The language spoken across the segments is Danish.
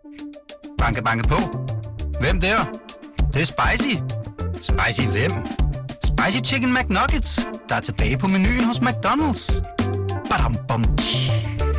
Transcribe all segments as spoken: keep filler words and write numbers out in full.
Banke, banke på. Hvem der? Det, det er spicy. Spicy hvem? Spicy Chicken McNuggets, der er tilbage på menuen hos McDonald's. Badum, bom, tji.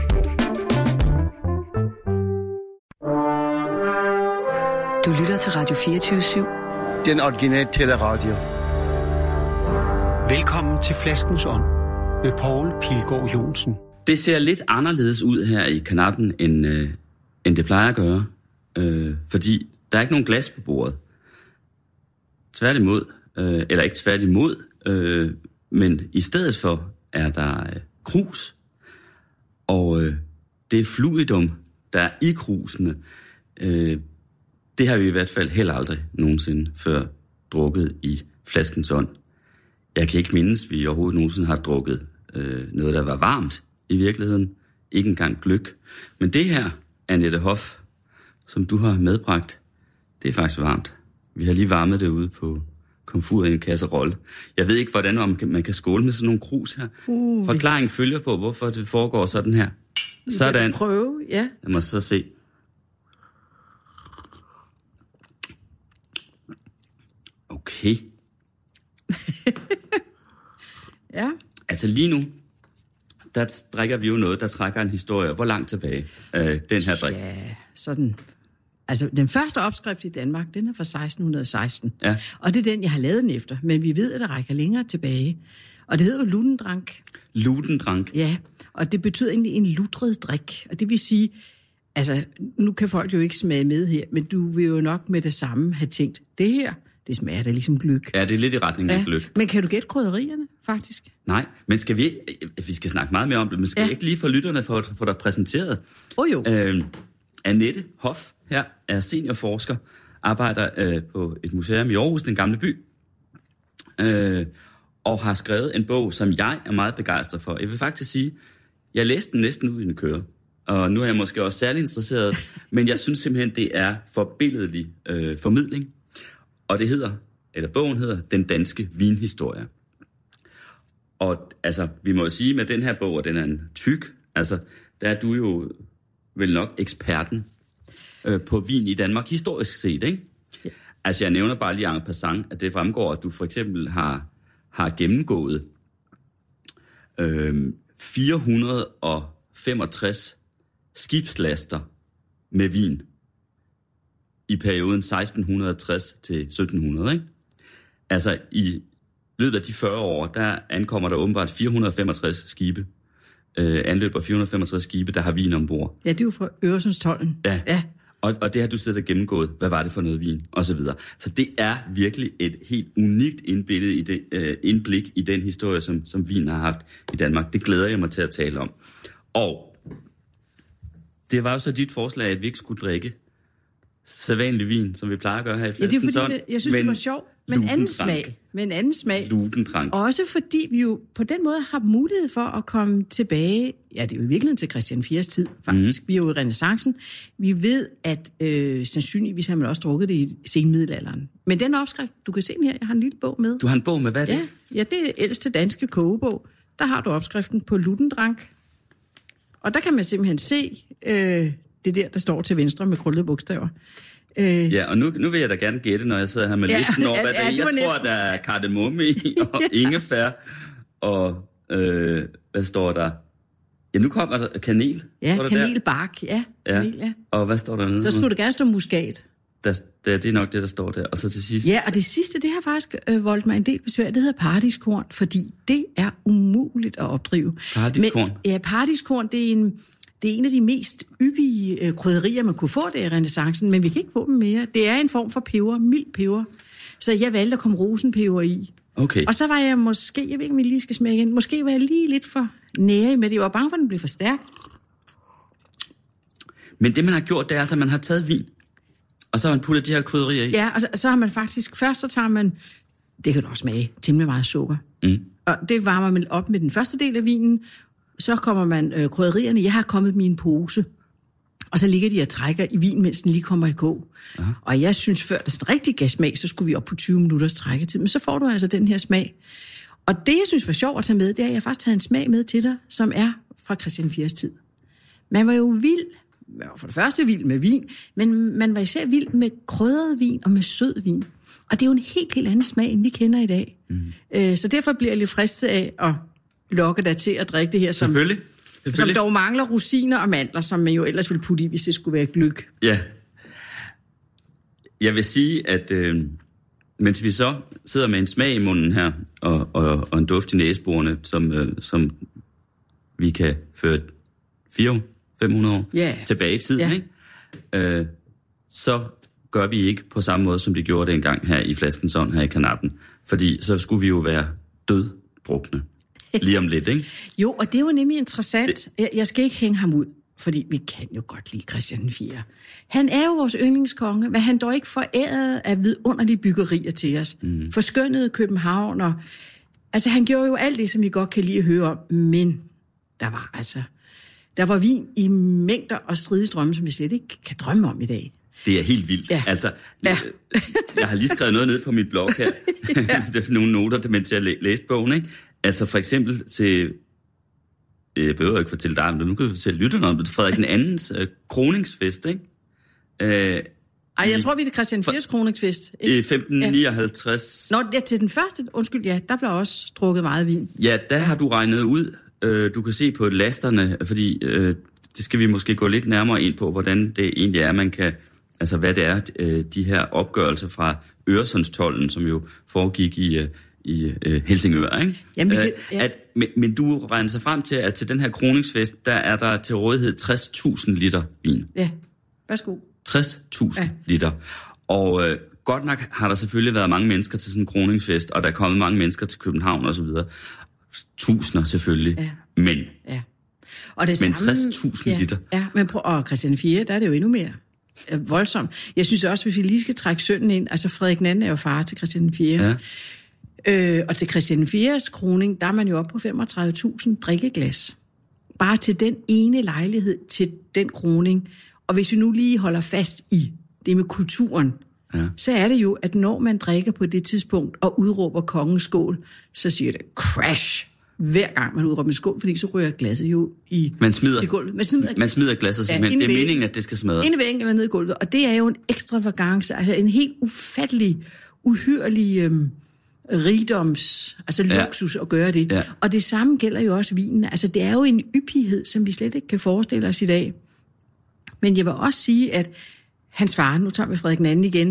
Du lytter til Radio fireogtyve syv. Den originale teleradio. Velkommen til Flaskens Ånd med Poul Pilgaard Johnsen. Det ser lidt anderledes ud her i kanappen, end, øh, end det plejer at gøre. Øh, fordi der er ikke nogen glas på bordet. Tværtimod, øh, eller ikke tværtimod, øh, men i stedet for er der øh, krus. Og øh, det er fluidum, der er i krusene. Øh, det har vi i hvert fald heller aldrig nogensinde før drukket i Flaskens Ånd. Jeg kan ikke mindes, at vi overhovedet nogensinde har drukket øh, noget, der var varmt i virkeligheden. Ikke engang gløgg. Men det her, Annette Hoff, som du har medbragt, det er faktisk varmt. Vi har lige varmet det ude på komfuret i en kasserolle. Jeg ved ikke, hvordan man kan, man kan skåle med sådan nogle krus her. Uh, Forklaringen følger på, hvorfor det foregår sådan her. Sådan. Prøve, ja. Lad mig så se. Okay. Ja. Altså lige nu, der drikker vi jo noget, der trækker en historie. Hvor langt tilbage, øh, den her drik? Ja, sådan. Altså, den første opskrift i Danmark, den er fra seksten seksten. Ja. Og det er den, jeg har lavet den efter. Men vi ved, at det rækker længere tilbage. Og det hedder jo Ludendrank. Ludendrank? Ja, og det betyder egentlig en lutret drik. Og det vil sige, altså, nu kan folk jo ikke smage med her, men du vil jo nok med det samme have tænkt, det her, det smager da ligesom gløgg. Ja, det er lidt i retning af ja. gløgg. Men kan du gætte krydderierne, faktisk? Nej, men skal vi... Vi skal snakke meget mere om det, men skal ja. vi ikke lige få lytterne for at få dig præsenteret? Åh oh, jo. Øh, Annette Hoff her er seniorforsker, arbejder øh, på et museum i Aarhus, den gamle by, øh, og har skrevet en bog, som jeg er meget begejstret for. Jeg vil faktisk sige, jeg læste den næsten ud i en køre, og nu er jeg måske også særlig interesseret, men jeg synes simpelthen, det er forbilledlig øh, formidling. Og det hedder, eller bogen hedder, Den danske vinhistorie. Og altså, vi må jo sige, med den her bog, og den er en tyk, altså, der er du jo vel nok eksperten øh, på vin i Danmark, historisk set, ikke? Ja. Altså, jeg nævner bare lige en passant, at det fremgår, at du for eksempel har, har gennemgået øh, fire hundrede og femogtres skibslaster med vin i perioden seksten tres til sytten hundrede, ikke? Altså, i løbet af de fyrre år, der ankommer der åbenbart fire hundrede og femogtres skibe, øh, anløber fire hundrede og femogtres skibe, der har vin ombord. Ja, det er jo fra Øresundstolden. Ja, ja. Og, og det har du siddet og gennemgået. Hvad var det for noget vin? Og så videre. Så det er virkelig et helt unikt indbillede i det, øh, indblik i den historie, som, som vin har haft i Danmark. Det glæder jeg mig til at tale om. Og det var jo så dit forslag, at vi ikke skulle drikke sædvanlig vin, som vi plejer at gøre her i Flaskens Ånd. Ja, det er fordi, jeg, jeg synes, det var sjovt. Men en anden smag. Med en anden smag. Ludendrank. Også fordi vi jo på den måde har mulighed for at komme tilbage, ja, det er jo i virkeligheden til Christian fjerde tid, faktisk. Mm. Vi er jo i renæssancen. Vi ved, at øh, sandsynligvis har man også drukket det i senmiddelalderen. Men den opskrift, du kan se den her, jeg har en lille bog med. Du har en bog med, hvad er det? Ja, ja, det er ældste danske kogebog. Der har du opskriften på Ludendrank. Og der kan man simpelthen se øh, det der, der står til venstre med krøllede bogstaver. Øh, ja, og nu, nu vil jeg da gerne gætte, når jeg sidder her med ja, listen over, hvad ja, det er. Jeg tror, næsten. Der er kardemomme i, og ingefær, og øh, hvad står der? Ja, nu kommer der kanel. Ja, kanelbark, ja. Kanel, ja. Og hvad står der nede? Så skulle det gerne stå muskat. Der, der, det er nok det, der står der. Og så til sidst... Ja, og det sidste, det har faktisk øh, voldt mig en del besvær. Det hedder paradiskorn, fordi det er umuligt at opdrive. Paradiskorn? Men, ja, paradiskorn, det er en... Det er en af de mest yppige øh, krydderier, man kunne få der i renæssancen, men vi kan ikke få dem mere. Det er en form for peber, mild peber. Så jeg valgte at komme rosenpeber i. Okay. Og så var jeg måske, jeg ved ikke, om jeg lige skal smage igen, måske var jeg lige lidt for nærig med det. Jeg var bange for, at den blev for stærk. Men det, man har gjort, det er altså, at man har taget vin, og så har man puttet de her krydderier i. Ja, og så, så har man faktisk, først så tager man, det kan du også smage, temmelig meget sukker. Mm. Og det varmer man op med den første del af vinen. Så kommer man øh, krydderierne. Jeg har kommet med en pose, og så ligger de og trækker i vin, mens den lige kommer i kog. Aha. Og jeg synes, før det sådan rigtig gav smag, så skulle vi op på tyve minutters trækketid. Men så får du altså den her smag. Og det, jeg synes var sjovt at tage med, det er, at jeg faktisk taget en smag med til dig, som er fra Christian fjerde tid. Man var jo vild var for det første vild med vin, men man var især vild med krydret vin og med sød vin. Og det er jo en helt, helt anden smag, end vi kender i dag. Mm. Øh, så derfor bliver jeg lidt fristet af at lokke dig til at drikke det her, som, Selvfølgelig. Selvfølgelig. som dog mangler rosiner og mandler, som man jo ellers ville putte i, hvis det skulle være gløgg. Ja. Jeg vil sige, at øh, mens vi så sidder med en smag i munden her, og, og, og en duft i næseborene, som, øh, som vi kan føre fire hundrede fem hundrede år yeah. tilbage i tiden, yeah. ikke? Øh, så gør vi ikke på samme måde, som de gjorde det engang her i flaskens ånd, her i kanappen. Fordi så skulle vi jo være døddrukne. Lige om lidt, ikke? Jo, og det er jo nemlig interessant. Det... Jeg skal ikke hænge ham ud, fordi vi kan jo godt lide Christian den fjerde. Han er jo vores yndlingskonge, men han dog ikke foræret af vidunderlige byggerier til os. Mm. Forskønnede København, og... Altså, han gjorde jo alt det, som vi godt kan lide at høre om, men der var altså... Der var vin i mængder og stridestrømme, som vi slet ikke kan drømme om i dag. Det er helt vildt. Ja. Altså, ja. jeg, jeg har lige skrevet noget ned på mit blog her. Ja. Det er nogle noter, mens jeg læste bogen, ikke? Altså for eksempel til... Jeg behøver ikke fortælle dig, men nu kan du fortælle lytterne om det. Frederik den andens øh, kroningsfest, ikke? Øh, Ej, jeg i, tror, vi er det Christian den fjerdes kroningsfest. I femten nioghalvtreds. Ja. Nå, ja, til den første, undskyld, ja, der blev også drukket meget vin. Ja, der har du regnet ud. Øh, du kan se på lasterne, fordi øh, det skal vi måske gå lidt nærmere ind på, hvordan det egentlig er, man kan... Altså, hvad det er, øh, de her opgørelser fra Øresundstolden, som jo foregik i... Øh, i øh, Helsingør, ikke? Jamen, øh, ja. at, men, men du regner sig frem til, at til den her kroningsfest, der er der til rådighed tres tusind liter vin. Ja, værsgo. tres tusind ja. liter. Og øh, godt nok har der selvfølgelig været mange mennesker til sådan en kroningsfest, og der er kommet mange mennesker til København og så videre. Tusinder selvfølgelig, ja. men, ja. Og det men samme, tres tusind ja, liter. Ja, men på, og Christian den fjerde, der er det jo endnu mere voldsomt. Jeg synes også, hvis vi lige skal trække sønnen ind, altså Frederik den anden er jo far til Christian den fjerde. Ja. Øh, og til Christian den fjerdes kroning, der er man jo oppe på femogtredive tusind drikkeglas. Bare til den ene lejlighed til den kroning. Og hvis vi nu lige holder fast i det med kulturen, ja. så er det jo, at når man drikker på det tidspunkt og udråber kongens skål, så siger det crash hver gang man udråber en skål, fordi så rører glasset jo i, man smider, i gulvet. Man smider, man smider glasset simpelthen. Ja, det er meningen, at det skal smadre. Inde i væggen eller ned i gulvet. Og det er jo en ekstravagance, altså en helt ufattelig, uhyrlig... Øhm, rigdoms, altså luksus ja. at gøre det. Ja. Og det samme gælder jo også vinen. Altså det er jo en yppighed, som vi slet ikke kan forestille os i dag. Men jeg vil også sige, at hans far, nu tager vi Frederik den anden igen,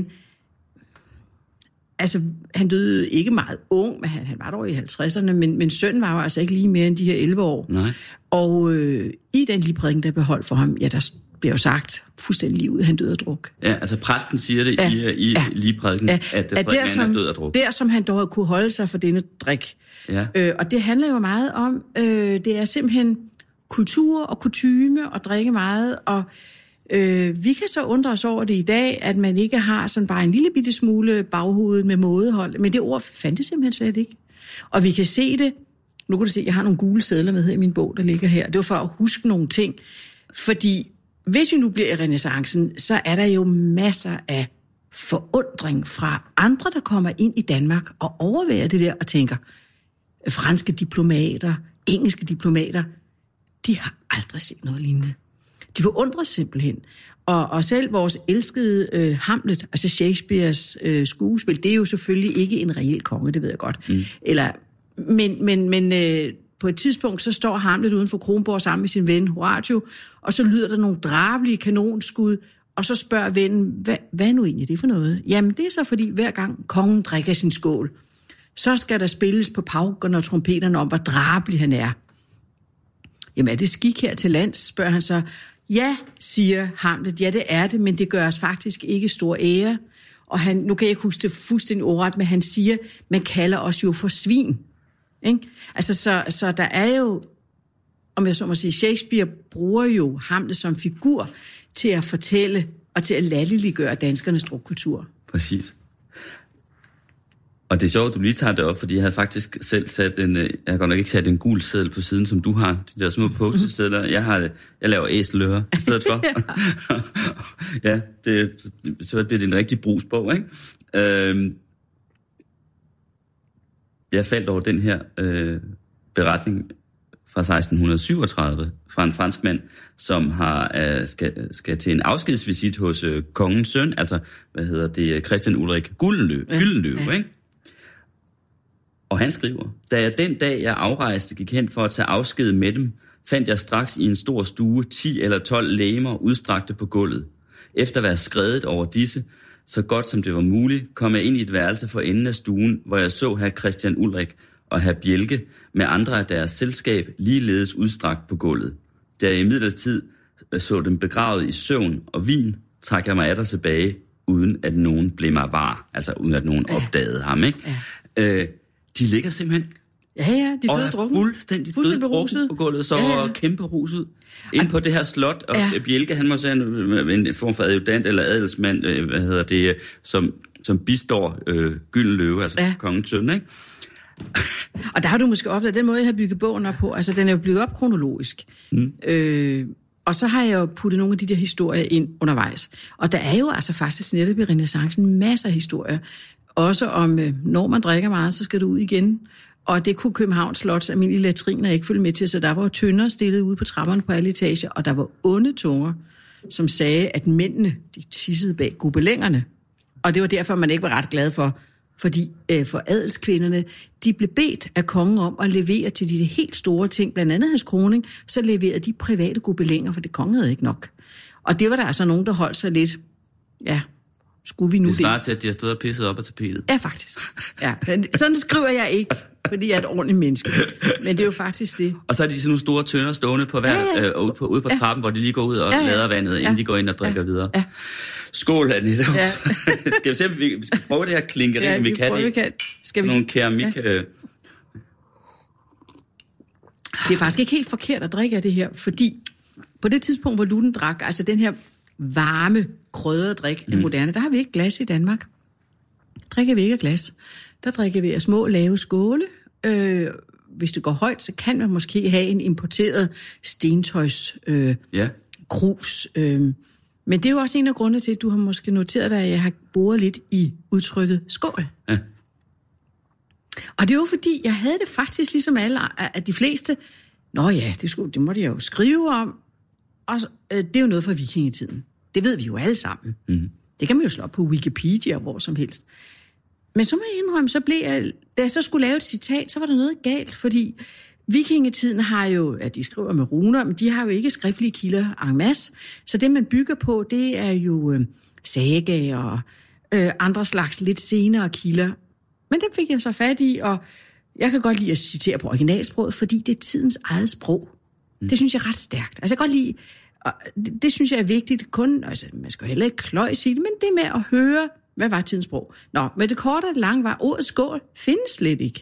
altså han døde ikke meget ung, men han, han var dog i halvtredserne, men, men sønnen var jo altså ikke lige mere end de her elleve år. Nej. Og øh, i den livprædiken, der blev holdt for ham, ja, der bliver jo sagt fuldstændig lige ud, han døde af druk. Ja, altså præsten siger det ja, i, i ja, livprædiken, ja, at Frederik den anden er død af druk. Der, som han dog kunne holde sig for denne drik. Ja. Øh, og det handler jo meget om, øh, det er simpelthen kultur og kutyme og drikke meget, og øh, vi kan så undre os over det i dag, at man ikke har sådan bare en lille bitte smule baghovedet med mådehold, men det ord fandtes simpelthen slet ikke. Og vi kan se det, nu kan du se, jeg har nogle gule sedler med her i min bog, der ligger her, det var for at huske nogle ting, fordi hvis vi nu bliver i renæssancen, så er der jo masser af forundring fra andre, der kommer ind i Danmark og overværer det der og tænker, franske diplomater, engelske diplomater, de har aldrig set noget lignende. De forundres simpelthen. Og, og selv vores elskede øh, Hamlet, altså Shakespeares øh, skuespil, det er jo selvfølgelig ikke en reel konge, det ved jeg godt. Mm. Eller, men men, men øh, på et tidspunkt, så står Hamlet uden for Kronborg sammen med sin ven Horatio, og så lyder der nogle drabelige kanonskud, og så spørger vennen, hvad, hvad er nu egentlig det for noget? Jamen, det er så fordi, hver gang kongen drikker sin skål, så skal der spilles på paukerne og trompeterne om, hvor drabelig han er. Jamen, er det skik her til lands, spørger han så. Ja, siger Hamlet, ja, det er det, men det gør os faktisk ikke stor ære. Og han, nu kan jeg ikke huske det fuldstændig ordret, men han siger, man kalder os jo for svin. Ikke? Altså, så, så der er jo, om jeg så må sige, Shakespeare bruger jo Hamlet som figur til at fortælle og til at latterliggøre danskernes drukkultur. Præcis. Og det er sjovt, at du lige tager det op, fordi jeg havde faktisk selv sat en, jeg har godt nok ikke sat en gul seddel på siden, som du har, de der små post-it-sedler. Jeg har det, jeg laver æselører i stedet for. Ja, det, så bliver det en rigtig brugsbog, ikke? Øhm, jeg faldt over den her øh, beretning fra seksten syvogtredive, fra en franskmand, som har, uh, skal, skal til en afskedsvisit hos uh, kongens søn, altså, hvad hedder det, Christian Ulrik Gyldenløve, ja. Gyldenløve, ja. Ikke? Og han skriver, da jeg den dag, jeg afrejste, gik hen for at tage afsked med dem, fandt jeg straks i en stor stue ti eller tolv legemer udstrakte på gulvet. Efter at være skredet over disse, så godt som det var muligt, kom jeg ind i et værelse for enden af stuen, hvor jeg så hr. Christian Ulrik og hr. Bjelke med andre af deres selskab ligeledes udstrakt på gulvet. Da jeg imidlertid så dem begravet i søvn og vin, trak jeg mig atter tilbage, uden at nogen blev mig var. Altså uden at nogen opdagede ham, ikke? Ja. Øh, de ligger simpelthen... Ja, ja, de døde drukken. fuldstændig, fuldstændig døde drukken på gulvet, så ja, ja. Kæmpe ruset ind på det her slot, og ja. Bjelke, han må sige en, en form for adjudant eller adelsmand, hvad hedder det, som, som bistår øh, Gyldenløve, altså ja. Kongens søn, ikke? Og der har du måske opdaget, den måde, jeg har bygget bogen op på, altså den er jo bygget op kronologisk. Mm. Øh, og så har jeg jo puttet nogle af de der historier ind undervejs. Og der er jo altså faktisk netop i renæssancen masser af historier. Også om, øh, når man drikker meget, så skal du ud igen. Og det kunne Københavns Slots almindelige latriner ikke følge med til, så der var tønder stillet ude på trapperne på alle etager, og der var onde tunger, som sagde, at mændene, de tissede bag gobelængerne. Og det var derfor, man ikke var ret glad for, fordi øh, for adelskvinderne, de blev bedt af kongen om at levere til de helt store ting, blandt andet hans kroning, så leverede de private gobelænger, for det kongen havde ikke nok. Og det var der altså nogen, der holdt sig lidt, ja, skulle vi nu det? Det svarer til, at de har stået og pisset op af tapetet. Ja, faktisk. Ja, sådan skriver jeg ikke, fordi jeg er et ordentligt menneske. Men det er jo faktisk det. Og så er de sådan nogle store tønder stående på hver, ja, ja. Øh, ude på, ude på ja. Trappen, hvor de lige går ud og ja, ja. lader vandet, inden ja. de går ind og drikker ja. videre. Ja. Skål, Annette. Ja. Skal vi se, om vi skal prøve det her klinkeri, ja, vi, vi kan det? Kan. Skal vi... Nogle keramik... Ja. Øh... Det er faktisk ikke helt forkert at drikke af det her, fordi på det tidspunkt, hvor Lutten drak, altså den her varme, krydrede drik, mm. den moderne, der har vi ikke glas i Danmark. Drikker vi ikke af glas. Der drikker vi af små, lave skåle. Øh, hvis det går højt, så kan man måske have en importeret stentøjs øh, yeah. krus. Øh. Men det er jo også en af grundene til, at du har måske noteret dig, at jeg har boret lidt i udtrykket skål. Ja. Og det er jo fordi, jeg havde det faktisk ligesom alle, at de fleste, nå ja, det, skulle, det måtte jeg jo skrive om, og øh, det er jo noget fra vikingetiden. Det ved vi jo alle sammen. Mm. Det kan man jo slå op på Wikipedia, hvor som helst. Men så må jeg indrømme, så blev jeg, da jeg så skulle lave et citat, så var der noget galt, fordi vikingetiden har jo, ja, de skriver med runer, men de har jo ikke skriftlige kilder en masse, så det man bygger på, det er jo øh, sagaer og øh, andre slags lidt senere kilder. Men dem fik jeg så fat i, og jeg kan godt lide at citere på originalsproget, fordi det er tidens eget sprog. Mm. Det synes jeg er ret stærkt. Altså jeg kan godt lide, og det, det synes jeg er vigtigt, kun, altså man skal jo heller ikke kløjs i det, men det med at høre, hvad var tidens sprog? Nå, med det korte og det lange var, ordet skål findes slet ikke.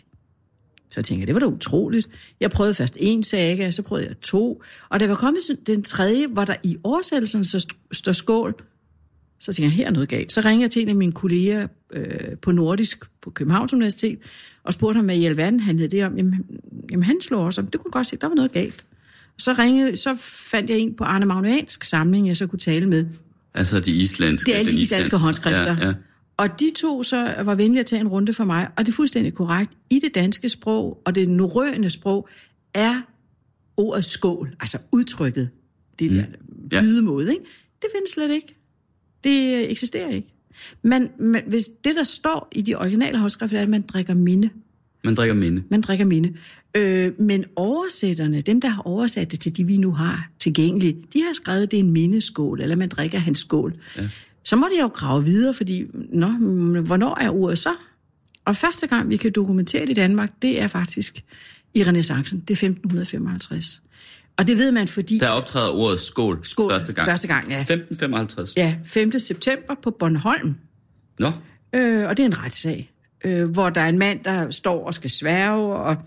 Så jeg tænkte, det var da utroligt. Jeg prøvede først en saga, så prøvede jeg to, og da var kommet den tredje, hvor der i oversættelsen så står skål, så tænkte jeg, her er noget galt. Så ringede jeg til en af mine kolleger øh, på Nordisk på Københavns Universitet, og spurgte ham, hvad i alverden handlede det om. Jamen, jamen han slog også om, det kunne godt se, der var noget galt. Så ringede, så fandt jeg en på Arne Magnæansk samling, jeg så kunne tale med. Altså de islandske. Det er alle de islandske håndskrifter. Ja, ja. Og de to så var venlige at tage en runde for mig, og det er fuldstændig korrekt. I det danske sprog og det norrøne sprog er ordet skål, altså udtrykket, det mm. der bydemåde, ikke? Det findes slet ikke. Det eksisterer ikke. Men, men hvis det, der står i de originale håndskrifter, er, at man drikker minde. Man drikker minde. Man drikker minde. Øh, men oversætterne, dem der har oversat det til de, vi nu har tilgængeligt, de har skrevet, det er en mindeskål, eller man drikker hans skål. Ja. Så må de jo grave videre, fordi, nå, hvornår er ordet så? Og første gang, vi kan dokumentere det i Danmark, det er faktisk i renæssancen, det er femten femoghalvtreds. Og det ved man, fordi... Der optræder ordet skål, skål første gang. første gang, ja. femten femoghalvtreds. Ja, femte september på Bornholm. Nå. Øh, og det er en retssag, øh, hvor der er en mand, der står og skal sværge, og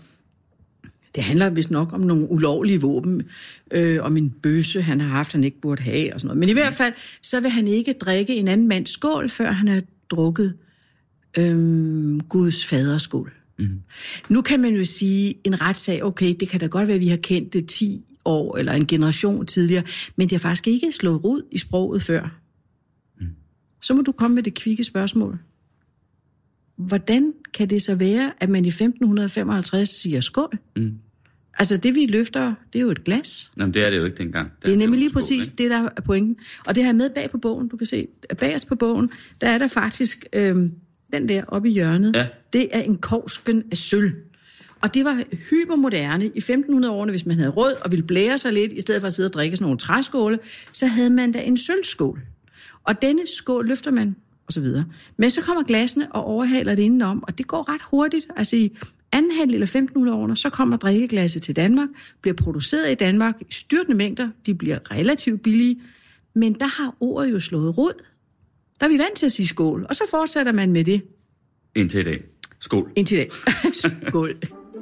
det handler vist nok om nogle ulovlige våben, øh, om en bøsse, han har haft, han ikke burde have, og sådan noget. Men i hvert fald, så vil han ikke drikke en anden mands skål, før han har drukket øh, Guds faderskål. Mm. Nu kan man jo sige, en retssag, okay, det kan da godt være, at vi har kendt det ti år, eller en generation tidligere, men det har faktisk ikke slået rod i sproget før. Mm. Så må du komme med det kvikke spørgsmål. Hvordan kan det så være, at man i femten femoghalvtreds siger skål? Mm. Altså det, vi løfter, det er jo et glas. Jamen, det er det jo ikke dengang. Det er nemlig lige skål, præcis ikke? det, der er pointen. Og det her med bag på bogen, du kan se, bag os på bogen, der er der faktisk øhm, den der oppe i hjørnet. Ja. Det er en kovsken af sølv. Og det var hypermoderne i femten hundrede-årene, hvis man havde råd og ville blære sig lidt, i stedet for at sidde og drikke sådan nogle træskåle, så havde man da en sølvskål. Og denne skål løfter man, og så videre. Men så kommer glasene og overhaler det indenom, og det går ret hurtigt. Altså i anden halvdel eller femten hundrede-årene, så kommer drikkeglasset til Danmark, bliver produceret i Danmark i styrtende mængder, de bliver relativt billige, men der har ordet jo slået rod. Der er vi vant til at sige skål, og så fortsætter man med det. Indtil i dag. Skål. Indtil i dag. Skål.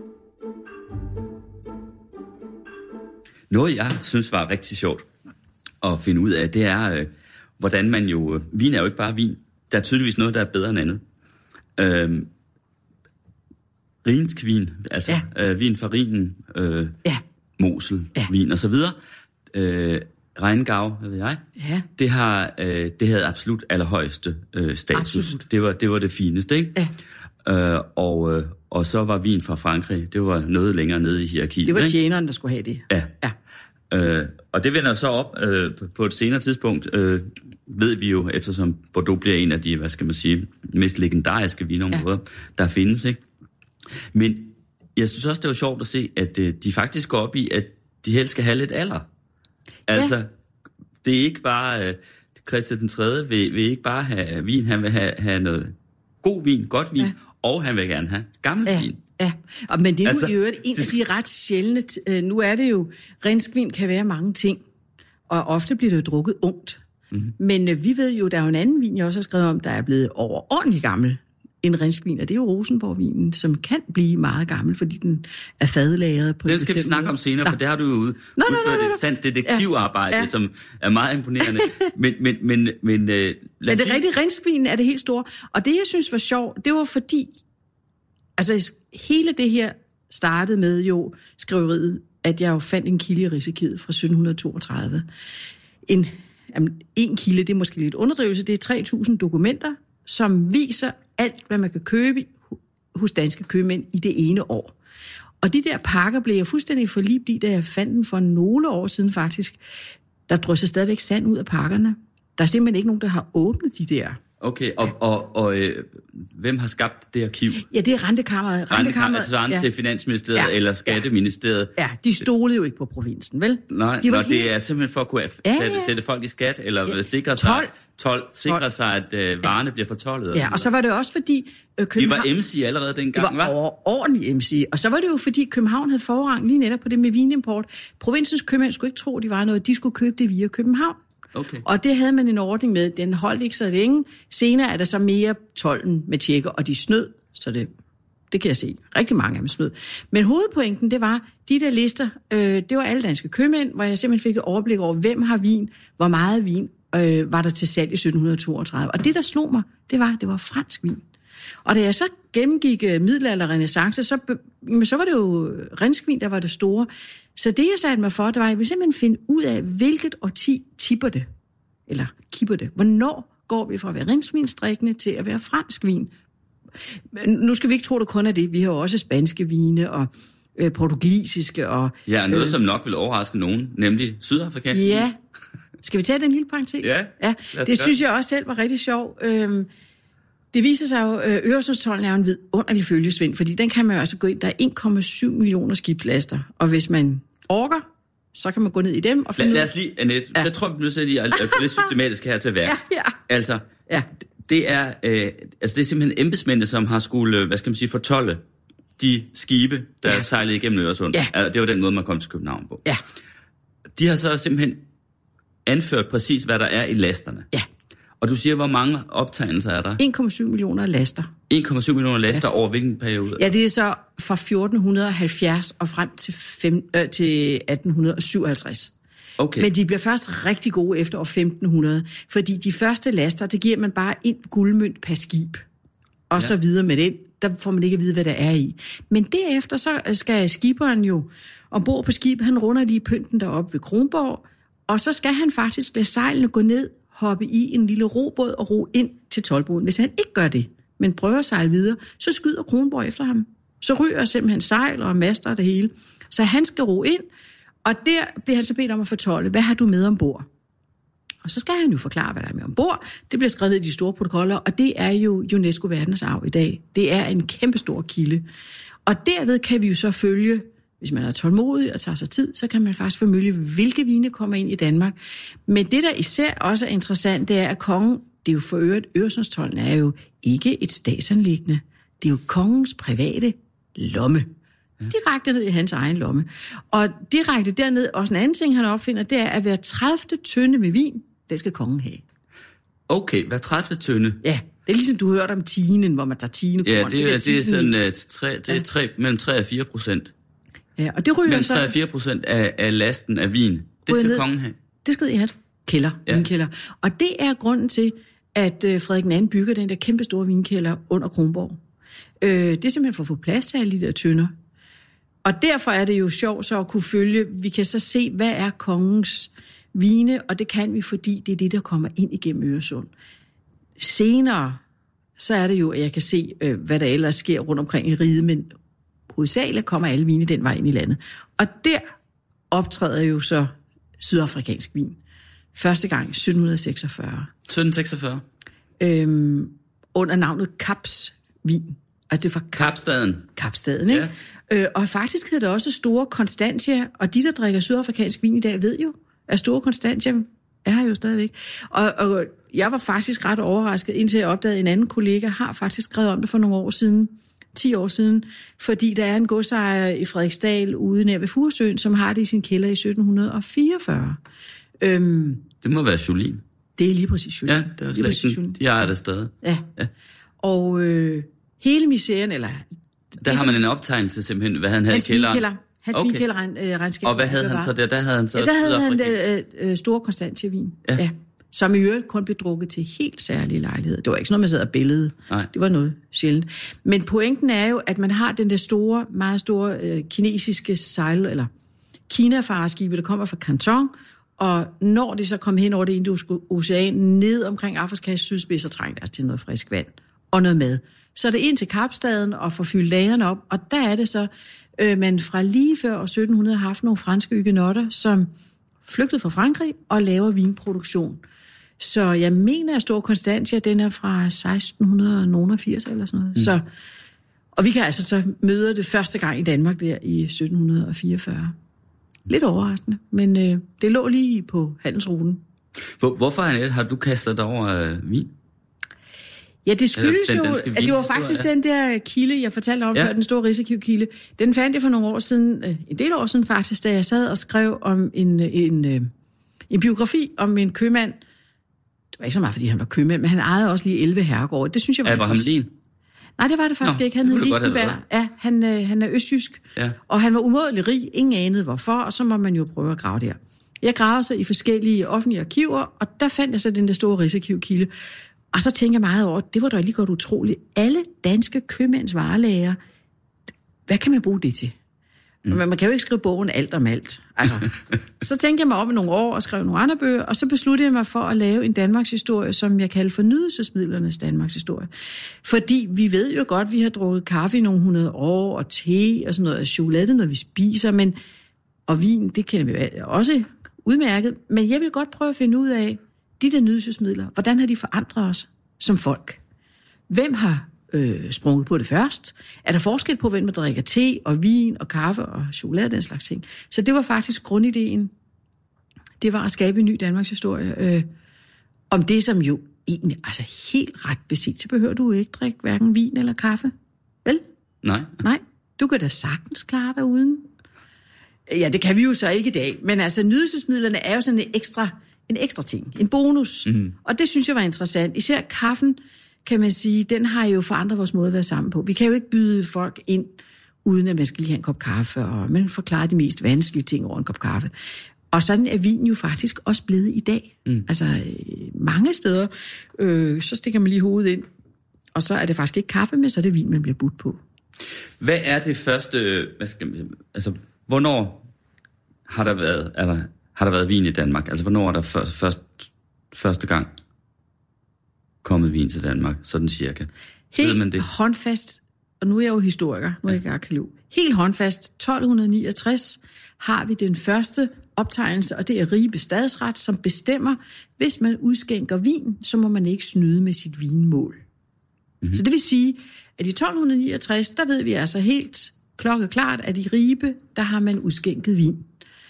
Noget, jeg synes var rigtig sjovt at finde ud af, det er, øh, hvordan man jo... Øh, vin er jo ikke bare vin. Der er tydeligvis noget, der er bedre end andet. Øh, Rhinsk vin, altså ja. øh, vin fra Rhinen, øh, ja. Mosel, ja. Vin og så videre. Øh, Rheingau, hvad ved jeg, ja. det, har, øh, det havde absolut allerhøjeste øh, status. Absolut. Det var, det var det fineste, ikke? Ja. Øh, og, øh, og så var vin fra Frankrig, det var noget længere nede i hierarkiet. Det var ikke? tjeneren, der skulle have det. Ja. ja. Øh, og det vender så op øh, på et senere tidspunkt, øh, ved vi jo, eftersom Bordeaux bliver en af de, hvad skal man sige, mest legendariske vinområder, ja. Der findes, ikke? Men jeg synes også, det var sjovt at se, at øh, de faktisk går op i, at de helst skal have lidt alder. Altså, ja. Det er ikke bare... Øh, Christian den tredje vil, vil ikke bare have vin, han vil have, have noget god vin, godt vin, ja. Og han vil gerne have gammel ja. vin. Ja, og, men det er altså, jo en af de ret sjældne... Øh, nu er det jo... Rhinskvin kan være mange ting, og ofte bliver det jo drukket ungt. Mm-hmm. Men øh, vi ved jo, der er jo en anden vin, jeg også har skrevet om, der er blevet overordentligt gammel. En rhinskvin, og det er jo Rosenborg-vinen, som kan blive meget gammel, fordi den er fadlagret på en det skal vi snakke om senere, for det har du jo ude, nå, udført nå, nå, nå. et sandt detektivarbejde, ja. Ja. Som er meget imponerende. men, men, men, men, øh, men det rigtige rhinskvinen er det helt store. Og det, jeg synes var sjovt, det var fordi, altså hele det her startede med jo skriveriet, at jeg jo fandt en kilde i Rigsarkivet fra sytten toogtredive. En, jamen, en kilde, det er måske lidt underdrivelse, det er tre tusind dokumenter, som viser alt, hvad man kan købe hos danske købmænd i det ene år. Og de der pakker blev jeg fuldstændig forlibt i, da jeg fandt dem for nogle år siden faktisk. Der drysser stadigvæk sand ud af pakkerne. Der er simpelthen ikke nogen, der har åbnet de der. Okay, og, og, og øh, hvem har skabt det arkiv? Ja, det er Rentekammeret. Rentekammeret, altså svarende ja. Til Finansministeriet ja. Eller Skatteministeriet. Ja, de stolede jo ikke på provinsen, vel? Nej, de nå, helt... det er simpelthen for at kunne sætte, ja, ja. sætte folk i skat, eller ja. sikre sig, tolv, sikre sig, at øh, varerne ja. Bliver fortoldet. Ja, og så var det også fordi... Øh, København... De var M C allerede dengang, hva'? Det var overordentlig M C. Og så var det jo fordi København havde forrang lige netop på det med vinimport. Provinsens købmænd skulle ikke tro, de var noget. De skulle købe det via København. Okay. Og det havde man en ordning med. Den holdt ikke så længe. Senere er der så mere tolden med tjekker, og de snød, så det, det kan jeg se. Rigtig mange af dem snød. Men hovedpointen, det var, de der lister, øh, det var alle danske købmænd, hvor jeg simpelthen fik et overblik over, hvem har vin, hvor meget vin øh, var der til salg i sytten toogtredive. Og det, der slog mig, det var, det var fransk vin. Og da jeg så gennemgik uh, middelalder og renæssance, så, jamen, så var det jo rhinskvin, der var det store. Så det, jeg satte mig for, det var, at jeg ville simpelthen finde ud af, hvilket årti tipper det, eller kipper det. Hvornår går vi fra at være rhinskvinsdrikkende til at være fransk vin? Nu skal vi ikke tro, at det kun er det. Vi har jo også spanske vine og øh, portugisiske. Og, ja, noget, øh, som nok vil overraske nogen, nemlig sydafrikansk. Ja. Skal vi tage den lille parentes? Ja. Ja. Det synes jeg også selv var rigtig sjov. Øhm, Det viser sig jo, at Øresundstolden er en vidunderlig følgesvend, fordi den kan man jo altså gå ind. Der er en komma syv millioner skibslaster, og hvis man orker, så kan man gå ned i dem og finde Lad, lad os lige, Annette, ja. Jeg tror, vi bliver nødt til at lidt systematisk her til værks. Ja, ja. Altså, ja. det er, øh, altså, det er simpelthen embedsmændene, som har skulle, hvad skal man sige, fortolde de skibe, der ja. Sejlede igennem Øresund. Ja. Altså, det var den måde, man kom til København på. Ja. De har så simpelthen anført præcis, hvad der er i lasterne. Ja. Og du siger, hvor mange optegnelser er der? en komma syv millioner laster. en komma syv millioner laster ja. Over hvilken periode? Ja, det er så fra fjorten halvfjerds og frem til, fem, øh, til atten syvoghalvtreds. Okay. Men de bliver først rigtig gode efter år femten hundrede, fordi de første laster, det giver man bare en guldmønt per skib. Og ja. Så videre med den, der får man ikke at vide, hvad der er i. Men derefter så skal skiberen jo ombord på skib, han runder lige pynten deroppe ved Kronborg, og så skal han faktisk lade sejlene gå ned, hoppe i en lille robåd og ro ind til toldboden. Hvis han ikke gør det, men prøver at sejle videre, så skyder Kronborg efter ham. Så ryger simpelthen sejl og master og det hele. Så han skal ro ind, og der bliver han så bedt om at fortolde, hvad har du med ombord? Og så skal han jo forklare, hvad der er med ombord. Det bliver skrevet ned i de store protokoller, og det er jo UNESCO verdensarv i dag. Det er en kæmpestor kilde. Og derved kan vi jo så følge, hvis man er tålmodig og tager sig tid, så kan man faktisk følge, hvilke vine kommer ind i Danmark. Men det, der især også er interessant, det er, at kongen, det er jo for øvrigt, Øresundstolden er jo ikke et statsanliggende. Det er jo kongens private lomme. Ja. Direkte ned i hans egen lomme. Og direkte derned, også en anden ting, han opfinder, det er, at hver tredivte tønde med vin, det skal kongen have. Okay, hver tredivte tønde? Ja, det er ligesom, du hørte om tinen, hvor man tager tinekorn. Ja, det er, det er sådan uh, tre, det er tre, ja. mellem tre og fire procent. Ja, og det ryger mellem så... tre og fire procent af, af lasten af vin, det skal ned, kongen have. Det skal i hans kælder, ja. vinkælder. Og det er grunden til, at uh, Frederik den anden bygger den der kæmpe store vinkælder under Kronborg. Uh, det er simpelthen for at få plads til alle de der tønder. Og derfor er det jo sjovt så at kunne følge, vi kan så se, hvad er kongens vine, og det kan vi, fordi det er det, der kommer ind igennem Øresund. Senere, så er det jo, at jeg kan se, hvad der ellers sker rundt omkring i riget, men hovedsageligt kommer alle vine den vej ind i landet. Og der optræder jo så sydafrikansk vin. Første gang sytten seksogfyrre. sytten seksogfyrre? Øhm, under navnet Kaps vin. Altså det var Kapstaden. Kapstaden, ikke? Ja. Øh, og faktisk hedder det også Store Constantia, og de, der drikker sydafrikansk vin i dag, ved jo, at Store Constantia er her jo stadigvæk. Og, og jeg var faktisk ret overrasket, indtil jeg opdagede, at en anden kollega har faktisk skrevet om det for nogle år siden, ti år siden, fordi der er en godsejer i Frederiksdal ude nær ved Furesøen, som har det i sin kælder i sytten fireogfyrre. Øhm, det må være Julien. Det er lige præcis Julien. Ja, det er slet ikke. Jeg er der stadig. Ja. ja. Og øh, hele misæren, eller... Der har man en optegnelse simpelthen, hvad han havde i kælderen. Hans okay. vinkælderregnskab. Og hvad havde han så der? Der havde han så... Ja, der havde han det, øh, store Constantia-vin. Ja. ja. Som i øvrigt kun blev drukket til helt særlige lejligheder. Det var ikke sådan noget, man sad og billede. Nej. Det var noget sjældent. Men pointen er jo, at man har den der store, meget store øh, kinesiske sejl, eller Kina-fareskibe, der kommer fra Canton, og når de så kom hen over det Indiske Ocean, ned omkring Afrikas sydspids, så trængte der til noget frisk vand og noget mad. Så er det ind til Kapstaden og får fyldt lagerne op, og der er det så, øh, man fra lige før år sytten hundrede har haft nogle franske hugenotter, som flygtede fra Frankrig og laver vinproduktion. Så jeg mener, at Store Constantia, den er fra seksten firs eller sådan noget. Mm. Så, og vi kan altså så møde det første gang i Danmark der i sytten fireogfyrre. Lidt overraskende, men øh, det lå lige på handelsruten. Hvor, hvorfor har du kastet dig over øh, vin? Ja, det skyldes jo, at det var faktisk ja. den der kilde, jeg fortalte om ja. før, den store Rigsarkivkilde. Den fandt jeg for nogle år siden, en del år siden faktisk, da jeg sad og skrev om en, en, en biografi om en købmand. Det var ikke så meget, fordi han var købmand, men han ejede også lige elleve herregårde. Det synes jeg var Abraham Lien? Nej, det var det faktisk Nå, ikke. Han hed Lichtenberg. Ja, han, han er østjysk, ja. og han var umådelig rig. Ingen anede hvorfor, og så må man jo prøve at grave der. Jeg gravede så i forskellige offentlige arkiver, og der fandt jeg så den der store Rigsarkivkilde. Og så tænker jeg meget over, det var da lige godt utroligt. Alle danske købmænds varelager, hvad kan man bruge det til? Mm. Man, man kan jo ikke skrive bogen alt om alt. Altså, så tænkte jeg mig om i nogle år og skrev nogle andre bøger, og så besluttede jeg mig for at lave en Danmarks historie, som jeg kalder for nydelsesmidlernes Danmarks historie. Fordi vi ved jo godt, at vi har drukket kaffe i nogle hundrede år, og te og sådan noget, og chokolade, noget vi spiser, men, og vin, det kender vi jo også udmærket. Men jeg vil godt prøve at finde ud af, de der nydelsesmidler, hvordan har de forandret os som folk? Hvem har øh, sprunget på det først? Er der forskel på, hvem man drikker te og vin og kaffe og chokolade, den slags ting? Så det var faktisk grundideen. Det var at skabe en ny Danmarks historie. Øh, om det, som jo egentlig, altså helt ret beset, så behøver du ikke drikke hverken vin eller kaffe. Vel? Nej. Nej, du kan da sagtens klare dig uden. Ja, det kan vi jo så ikke i dag. Men altså, nydelsesmidlerne er jo sådan en ekstra... En ekstra ting, en bonus. Mm. Og det synes jeg var interessant. Især kaffen, kan man sige, den har jo forandret vores måde at være sammen på. Vi kan jo ikke byde folk ind, uden at man skal lige have en kop kaffe, og man forklarer de mest vanskelige ting over en kop kaffe. Og sådan er vinen jo faktisk også blevet i dag. Mm. Altså mange steder, øh, så stikker man lige hovedet ind, og så er det faktisk ikke kaffe, men så er det vin, man bliver budt på. Hvad er det første, hvad skal man, altså hvornår har der været, er der, har der været vin i Danmark? Altså, hvornår er der først, først, første gang kommet vin til Danmark? Sådan cirka. Helt man det? håndfast og nu er jeg jo historiker, nu er jeg ikke arkeolog, helt håndfast, tolv niogtres har vi den første optegnelse, og det er Ribe Stadsret, som bestemmer, hvis man udskænker vin, så må man ikke snyde med sit vinmål. Mm-hmm. Så det vil sige, at i tolv niogtres, der ved vi altså helt klokkeklart, at i Ribe, der har man udskænket vin.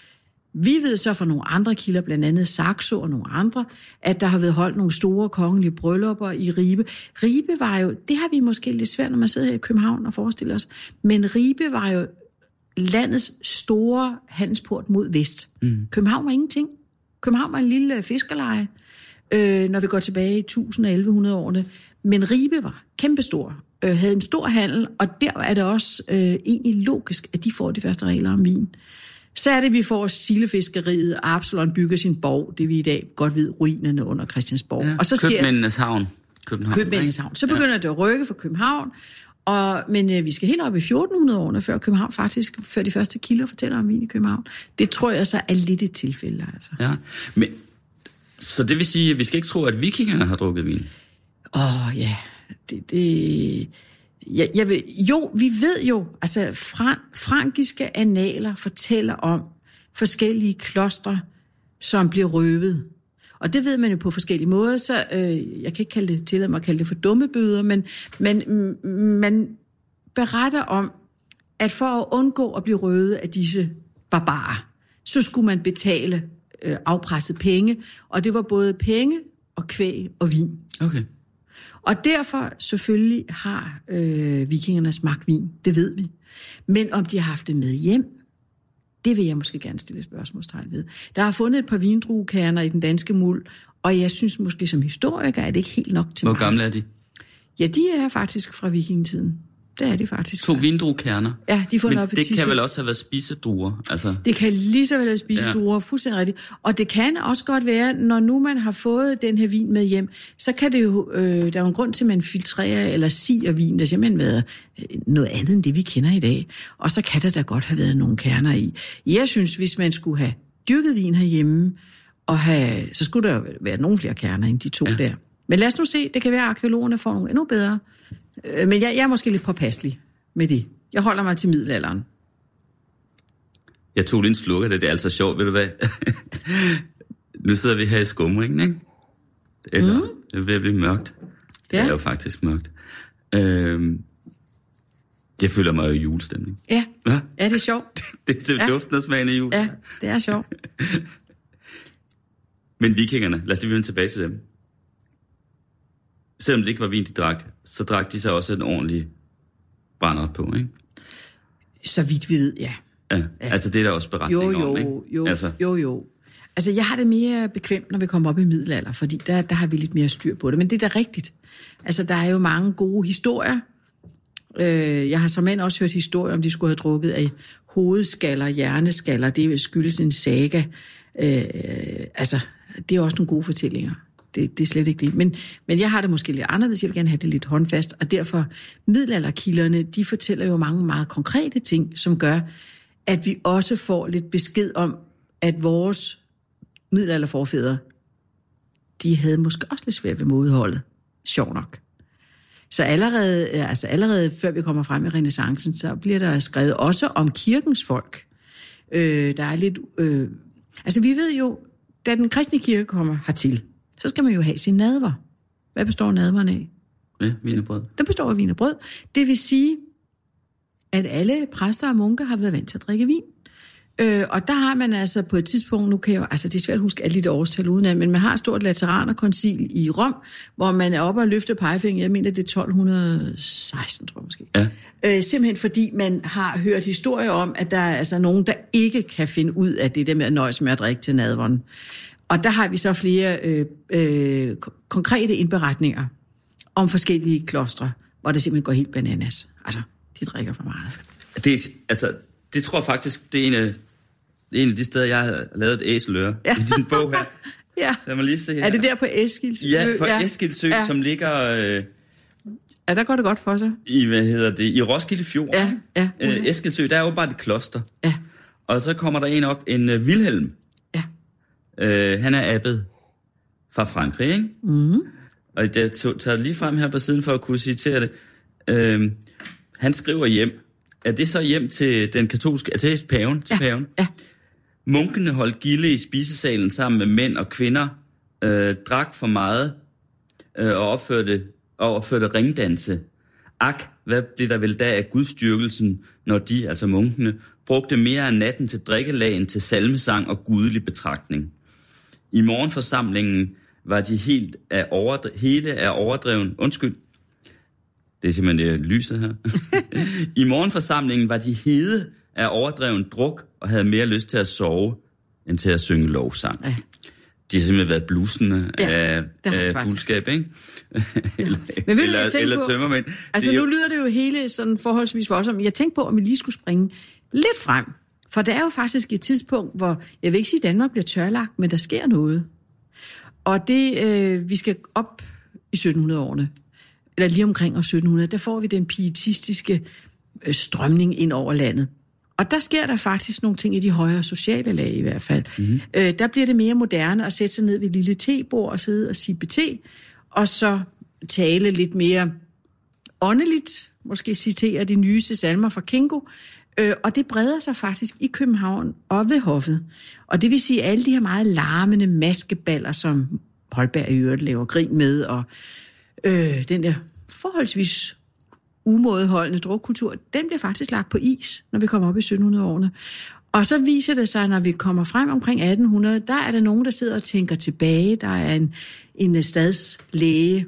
Vi ved så fra nogle andre kilder, blandt andet Saxo og nogle andre, at der har været holdt nogle store kongelige bryllupper i Ribe. Ribe var jo, det har vi måske lidt svært, når man sidder her i København og forestiller os, men Ribe var jo landets store handelsport mod vest. Mm. København var ingenting. København var en lille fiskerleje, øh, når vi går tilbage i tusind og elleve hundrede årene. Men Ribe var kæmpestor, øh, havde en stor handel, og der er det også øh, egentlig logisk, at de får de første regler om vin. Så er det, vi får sildefiskeriet, og Absalon bygger sin borg, det vi i dag godt ved, ruinerne under Christiansborg. Ja, og så sker Købmændenes havn. København. Købmændenes havn. Så begynder ja. det at rykke for København, og, men øh, vi skal helt op i fjorten hundrede årene, før København faktisk, før de første kilder fortæller om vin i København. Det tror jeg så er lidt et tilfælde, altså. Ja, men så det vil sige, at vi skal ikke tro, at vikingerne har drukket vin? Åh, oh, ja, det... det jeg, jeg vil, jo, vi ved jo, altså fran, frankiske analer fortæller om forskellige klostre, som bliver røvet. Og det ved man jo på forskellige måder, så øh, jeg kan ikke kalde det til at kalde det for dumme bøder, men, men man beretter om, at for at undgå at blive røvet af disse barbarer, så skulle man betale øh, afpresset penge, og det var både penge og kvæg og vin. Okay. Og derfor selvfølgelig har øh, vikingerne smagt vin, det ved vi. Men om de har haft det med hjem, det vil jeg måske gerne stille spørgsmålstegn ved. Der har fundet et par vindruekerner i den danske muld, og jeg synes måske som historiker, er det ikke helt nok til Hvor mig. Hvor gamle er de? Ja, de er faktisk fra vikingetiden. Det er det faktisk. To vindruekerner? Ja, de får Men op i det Tisø. kan vel også have været spisedruer? Altså. Det kan lige så vel være spisedruer, ja. Fuldstændig rigtigt. Og det kan også godt være, når nu man har fået den her vin med hjem, så kan det jo, øh, der er jo en grund til, at man filtrerer eller siger vin, der simpelthen været noget andet end det, vi kender i dag. Og så kan der da godt have været nogle kerner i. Jeg synes, hvis man skulle have dyrket vin herhjemme, og have, så skulle der være nogle flere kerner end de to ja. der. Men lad os nu se, det kan være, at arkeologerne får nogle endnu bedre. Men jeg, jeg er måske lidt påpasselig med det. Jeg holder mig til middelalderen. Jeg tog lige en sluk af det, det er altså sjovt, ved du hvad? Nu sidder vi her i skumringen, ikke? Eller, mm. det er ved at blive mørkt. Ja. Det er jo faktisk mørkt. Øhm, jeg føler mig jo i julestemning. Ja, ja, ja det er sjovt. Det er ja. duften og smagen af jul. Ja, det er sjovt. Men vikingerne, lad os lige vende tilbage til dem. Selvom det ikke var vin, de drak, så drak de sig også en ordentlig brændert på, ikke? Så vidt vi ved, ja. Ja, ja. Altså det er der også beretninger jo, jo, om, ikke? Jo, altså. jo, jo. Altså jeg har det mere bekvemt, når vi kommer op i middelalder, fordi der, der har vi lidt mere styr på det. Men det er da rigtigt. Altså der er jo mange gode historier. Øh, jeg har som mænd også hørt historier om, de skulle have drukket af hovedskaller, hjerneskaller. Det skyldes en saga. Øh, altså det er også nogle gode fortællinger. Det, det er slet ikke det. Men, men jeg har det måske lidt anderledes. Jeg vil gerne have det lidt håndfast. Og derfor, middelalderkilderne, de fortæller jo mange meget konkrete ting, som gør, at vi også får lidt besked om, at vores middelalderforfædre, de havde måske også lidt svært ved mådeholdet. Sjov nok. Så allerede, altså allerede før vi kommer frem i renæssancen, så bliver der skrevet også om kirkens folk. Øh, der er lidt... Øh, altså vi ved jo, da den kristne kirke kommer hertil, så skal man jo have sin nadver. Hvad består nadveren af? Ja, vin og brød. Den består af vin og brød. Det vil sige, at alle præster og munke har været vant til at drikke vin. Øh, og der har man altså på et tidspunkt, nu kan jeg jo, altså det er svært at huske alle de årstal udenad, men man har et stort lateranerkoncil i Rom, hvor man er oppe og løfter pegefingeren, jeg mener det er tolv seksten, tror jeg måske. Ja. Øh, simpelthen fordi man har hørt historier om, at der er altså nogen, der ikke kan finde ud af det der med at nøjes med at drikke til nadveren. Og der har vi så flere øh, øh, konkrete indberetninger om forskellige klostre, hvor det simpelthen går helt bananas. Altså, de drikker for meget. Det, er, altså, det tror jeg faktisk, det er en af, det er en af de steder, jeg har lavet et æseløre ja. i din bog her. Ja. Lad mig lige se her. Er det der på Eskildsø? Ja, på ja. Eskildsø, ja. som ligger... Øh, ja, der går det godt for sig. I, hvad hedder det, i Roskilde Fjord. Ja, ja. Øh, Eskildsø, der er jo bare et kloster. Ja. Og så kommer der en op, en uh, Vilhelm. Ja. Øh, han er abbed fra Frankrig, ikke? Mhm. Og jeg tager lige frem her på siden for at kunne citere det. Øh, Han skriver hjem. Er det så hjem til den katolske, altså til paven? Til ja. paven? Ja. Munkene holdt gilde i spisesalen sammen med mænd og kvinder, øh, drak for meget øh, og, opførte, og opførte ringdanse. Ak, hvad blev der vel da af gudstyrkelsen, når de, altså munkene, brugte mere af natten til drikkelagen, til salmesang og gudelig betragtning. I morgenforsamlingen var de helt af overdre, hele af overdreven... Undskyld, det er simpelthen det lyset her. I morgenforsamlingen var de hede af overdreven druk og havde mere lyst til at sove, end til at synge lovsang. Ja. De har simpelthen været blusende ja, af, af fuldskab, ikke? eller, ja. Men eller, eller tømmermænd. Altså det nu lyder det jo hele sådan forholdsvis voldsomt. Jeg tænkte på, om vi lige skulle springe lidt frem. For der er jo faktisk et tidspunkt, hvor, jeg vil ikke sige, at Danmark bliver tørlagt, men der sker noget. Og det, øh, vi skal op i sytten hundrede-årene, eller lige omkring år sytten hundrede, der får vi den pietistiske øh, strømning ind over landet. Og der sker der faktisk nogle ting i de højere sociale lag i hvert fald. Mm-hmm. Øh, der bliver det mere moderne at sætte sig ned ved et lille tebord og sidde og sippe te, og så tale lidt mere åndeligt, måske citere de nyeste salmer fra Kingo, øh, og det breder sig faktisk i København og ved hoffet. Og det vil sige, alle de her meget larmende maskeballer, som Holberg i øvrigt laver grin med, og øh, den der forholdsvis umådeholdende drukkultur, den bliver faktisk lagt på is, når vi kommer op i sytten hundrede-årene. Og så viser det sig, når vi kommer frem omkring atten hundrede, der er der nogen, der sidder og tænker tilbage. Der er en, en stadslæge,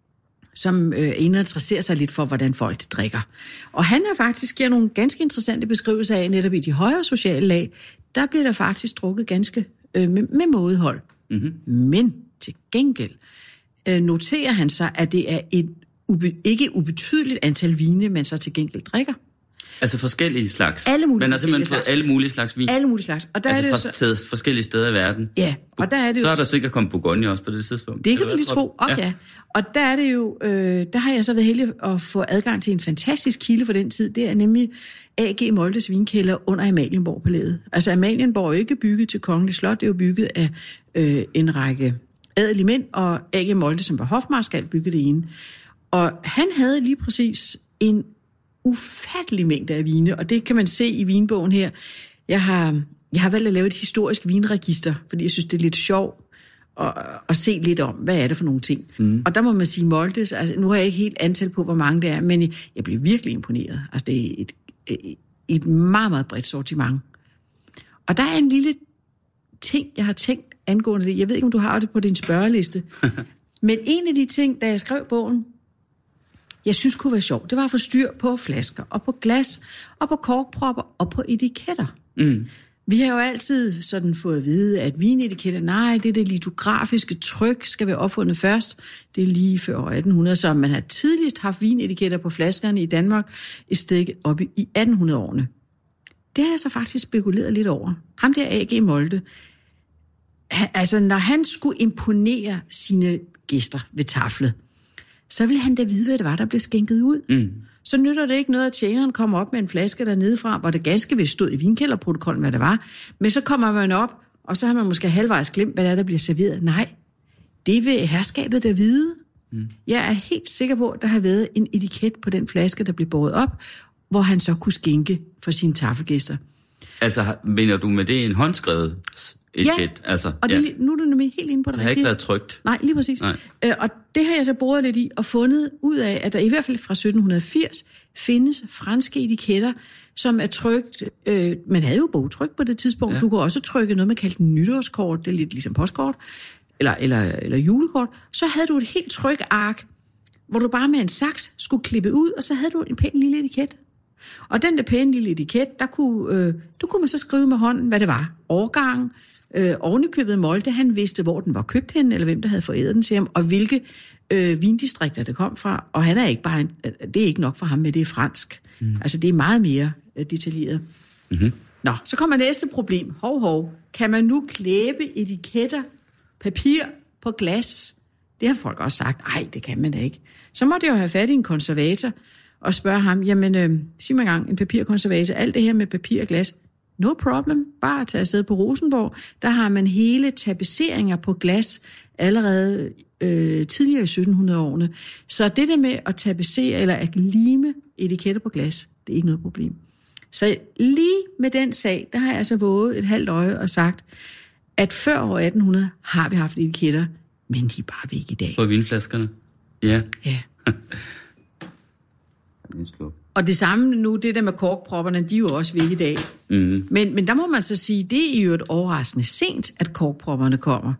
som øh, interesserer sig lidt for, hvordan folk drikker. Og han har faktisk givet nogle ganske interessante beskrivelser af, netop i de højere sociale lag, der bliver der faktisk drukket ganske øh, med, med mådehold. Mm-hmm. Men til gengæld øh, noterer han sig, at det er et ube, ikke ubetydeligt antal vine, man så til gengæld drikker. Altså forskellige slags? Alle mulige Man har simpelthen fået alle mulige slags vin? Alle mulige slags. Og der altså er det fra så... forskellige steder i verden? Ja, og der er det så jo... er der sikkert kommet Bourgogne også på det tidspunkt? Det kan man lige tro, okay. Ja. Og der er det jo... Øh, der har jeg så været heldig at få adgang til en fantastisk kilde for den tid. Det er nemlig A G Moldes vinkælder under Amalienborg-palæet. Altså Amalienborg er jo ikke bygget til Kongelig Slot, det er jo bygget af øh, en række adelige mænd, og A G Molde, som var hofmarskal, byggede det ene. Og han havde lige præcis en ufattelig mængde af vine, og det kan man se i vinbogen her. Jeg har, jeg har valgt at lave et historisk vinregister, fordi jeg synes, det er lidt sjovt at, at se lidt om, hvad er det for nogle ting. Mm. Og der må man sige, Moldes, altså nu har jeg ikke helt antal på, hvor mange det er, men jeg bliver virkelig imponeret. Altså det er et, et, et meget, meget bredt sortiment. Og der er en lille ting, jeg har tænkt angående det. Jeg ved ikke, om du har det på din spørgeliste. Men en af de ting, da jeg skrev bogen, jeg synes kunne være sjovt, det var at få styr på flasker, og på glas, og på korkpropper, og på etiketter. Mm. Vi har jo altid sådan fået at vide, at vinetiketter, nej, det er det litografiske tryk, skal være opfundet først. Det er lige før år atten hundrede, så man har tidligst haft vinetiketter på flaskerne i Danmark et sted op i atten hundrede-årene. Det har jeg så faktisk spekuleret lidt over. Ham der A G Molde, altså når han skulle imponere sine gæster ved taflet, så ville han da vide, hvad det var, der blev skænket ud. Mm. Så nytter det ikke noget, at tjeneren kommer op med en flaske dernede fra, hvor det ganske vist stod i vinkælderprotokollen, hvad det var. Men så kommer man op, og så har man måske halvvejs glemt, hvad der, er, der bliver serveret. Nej, det vil herskabet der vide. Mm. Jeg er helt sikker på, at der har været en etiket på den flaske, der blev båret op, hvor han så kunne skænke for sine tafelgæster. Altså, mener du med det en håndskrevet etiket? Ja, altså, og det, ja. nu er du nemlig helt inde på det. Det har ikke været trygt. Nej, lige præcis. Nej. Øh, og det har jeg så boret lidt i og fundet ud af, at der i hvert fald fra sytten firs findes franske etiketter, som er trykt. Øh, man havde jo bogtryk på det tidspunkt. Ja. Du kunne også trykke noget, man kaldte nytårskort. Det er lidt ligesom postkort. Eller, eller, eller julekort. Så havde du et helt trykark, hvor du bare med en saks skulle klippe ud, og så havde du en pæn lille etiket. Og den der pæne lille etiket, der kunne, øh, der kunne man så skrive med hånden, hvad det var. Årgang, øh, ovenikøbet Molde, han vidste, hvor den var købt hen, eller hvem der havde foræret den til ham, og hvilke øh, vindistrikter det kom fra. Og han er ikke bare, en, det er ikke nok for ham med, det er fransk. Mm. Altså det er meget mere øh, detaljeret. Mm-hmm. Nå, så kommer næste problem. Hov, hov. Kan man nu klæbe etiketter, papir på glas? Det har folk også sagt. Nej, det kan man da ikke. Så måtte jeg jo have fat i en konservator og spørge ham, jamen, øh, sig mig engang, en papirkonservator, alt det her med papir og glas, no problem, bare tage afsted på Rosenborg. Der har man hele tapetseringer på glas allerede øh, tidligere i sytten hundrede-årene. Så det der med at tapetsere eller at lime etiketter på glas, det er ikke noget problem. Så lige med den sag, der har jeg altså våget et halvt øje og sagt, at før år atten hundrede har vi haft etiketter, men de er bare væk i dag. På vinflaskerne? Ja. Ja. Og det samme nu, det der med korkpropperne, de er jo også væk i dag. Mm. Men, men der må man så sige, det er jo et overraskende sent, at korkpropperne kommer.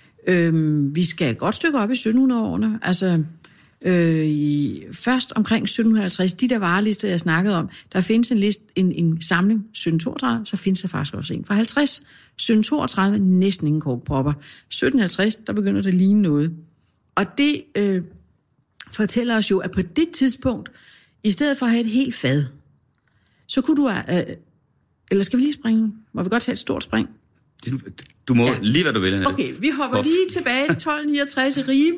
Øhm, vi skal et godt stykke op i sytten hundrede-årene. Altså, øh, i, først omkring sytten halvtreds, de der varelister, jeg snakkede om, der findes en, list, en, en samling sytten toogtredive, så findes der faktisk også en fra halvtreds. sytten toogtredive, næsten ingen korkpropper. sytten halvtreds, der begynder det at ligne noget. Og det øh, fortæller os jo, at på det tidspunkt, i stedet for at have et helt fad, så kunne du... Øh, eller skal vi lige springe? Må vi godt tage et stort spring? Du må ja. lige, hvad du vil. Okay, vi hopper Hof. lige tilbage til tolv niogtres i Ribe.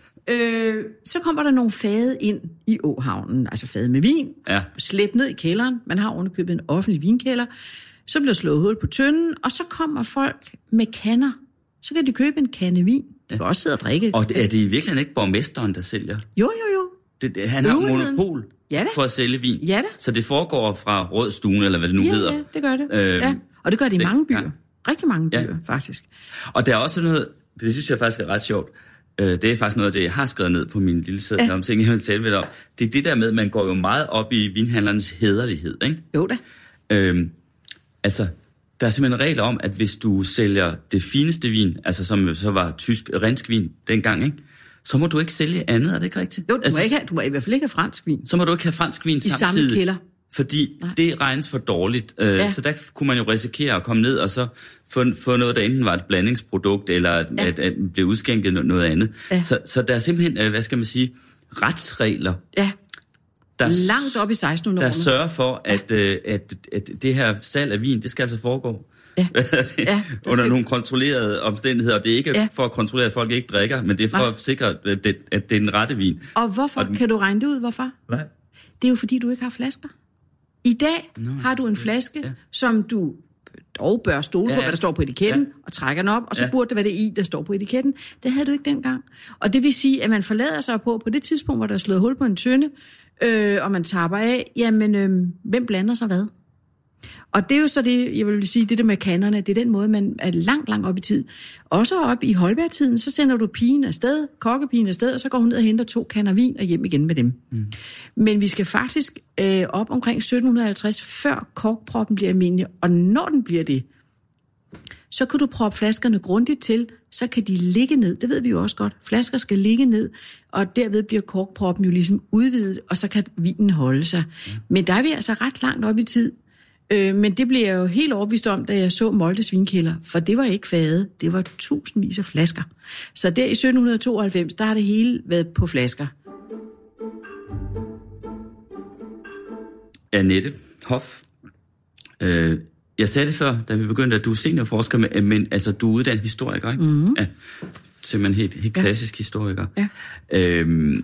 Øh, så kommer der nogle fade ind i Åhavnen, altså fade med vin, ja. slæbt ned i kælderen. Man har ovenikøbet en offentlig vinkælder. Så bliver slået hul på tønden, og så kommer folk med kander. Så kan de købe en kande vin. De kan ja. også sidde og drikke. Og er det i virkeligheden ikke borgmesteren, der sælger? Jo, jo, jo. Det, det, han har Muligheden. monopol ja, på at sælge vin. Ja, så det foregår fra Rådstuen, eller hvad det nu ja, hedder. Ja, det gør det. Øhm, ja. Og det gør det i det, mange byer. Ja. Rigtig mange byer, ja. faktisk. Og der er også noget, det synes jeg faktisk er ret sjovt. Det er faktisk noget af det, jeg har skrevet ned på min lille sæd, ja. om ting, jeg vil tale lidt om. Det er det der med, at man går jo meget op i vinhandlernes hæderlighed, ikke? Jo da. Øhm, altså, der er simpelthen regler om, at hvis du sælger det fineste vin, altså som så var tysk rensk vin dengang, ikke? Så må du ikke sælge andet, er det ikke rigtigt? Jo, du, altså, må, ikke have, du må i hvert fald ikke have fransk vin. Så må du ikke have fransk vin I samtidig. samme kælder. Fordi Nej. det regnes for dårligt. Øh, ja. Så der kunne man jo risikere at komme ned og så få, få noget, der enten var et blandingsprodukt, eller at, ja. at, at blive udskænket noget andet. Ja. Så, så der er simpelthen, hvad skal man sige, retsregler. Ja. Der, langt op i seksten hundrede-årene. Der sørger for, at, ja. at, at, at det her salg af vin, det skal altså foregå. Ja. ja, under skal... nogle kontrollerede omstændigheder. Og det er ikke ja. for at kontrollere, at folk ikke drikker, men det er for Nej. at sikre, at det, at det er den rette vin. Og hvorfor? Og den... Kan du regne det ud, hvorfor? Nej. Det er jo fordi, du ikke har flasker. I dag Nå, har du en flaske, ja. som du dog bør stole ja, på, hvad der står på etiketten, ja. og trækker den op, og så ja. burde det være det i, der står på etiketten. Det havde du ikke dengang. Og det vil sige, at man forlader sig på, på det tidspunkt, hvor der er slået hul på en tønde, øh, og man tapper af, jamen, øh, hvem blander sig hvad? Og det er jo så det, jeg vil sige, det der med kanderne, det er den måde, man er langt, langt op i tid. Også op i Holberg-tiden, så sender du pigen afsted, kokkepigen afsted, og så går hun ned og henter to kander vin og hjem igen med dem. Mm. Men vi skal faktisk øh, op omkring sytten halvtreds, før korkproppen bliver almindelig, og når den bliver det, så kan du proppe flaskerne grundigt til, så kan de ligge ned. Det ved vi jo også godt. Flasker skal ligge ned, og derved bliver korkproppen jo ligesom udvidet, og så kan vinen holde sig. Mm. Men der er vi altså ret langt op i tid. Øh, men det blev jeg jo helt overbevist om, da jeg så Moltes vinkælder, for det var ikke fade, det var tusindvis af flasker. Så der i sytten tooghalvfems, der har det hele været på flasker. Annette Hoff, øh, jeg sagde det før, da vi begyndte, at du er seniorforsker, med, men altså, du er uddannet historiker, ikke? Mm-hmm. Ja, simpelthen helt, helt klassisk ja. historiker. Ja. Øh,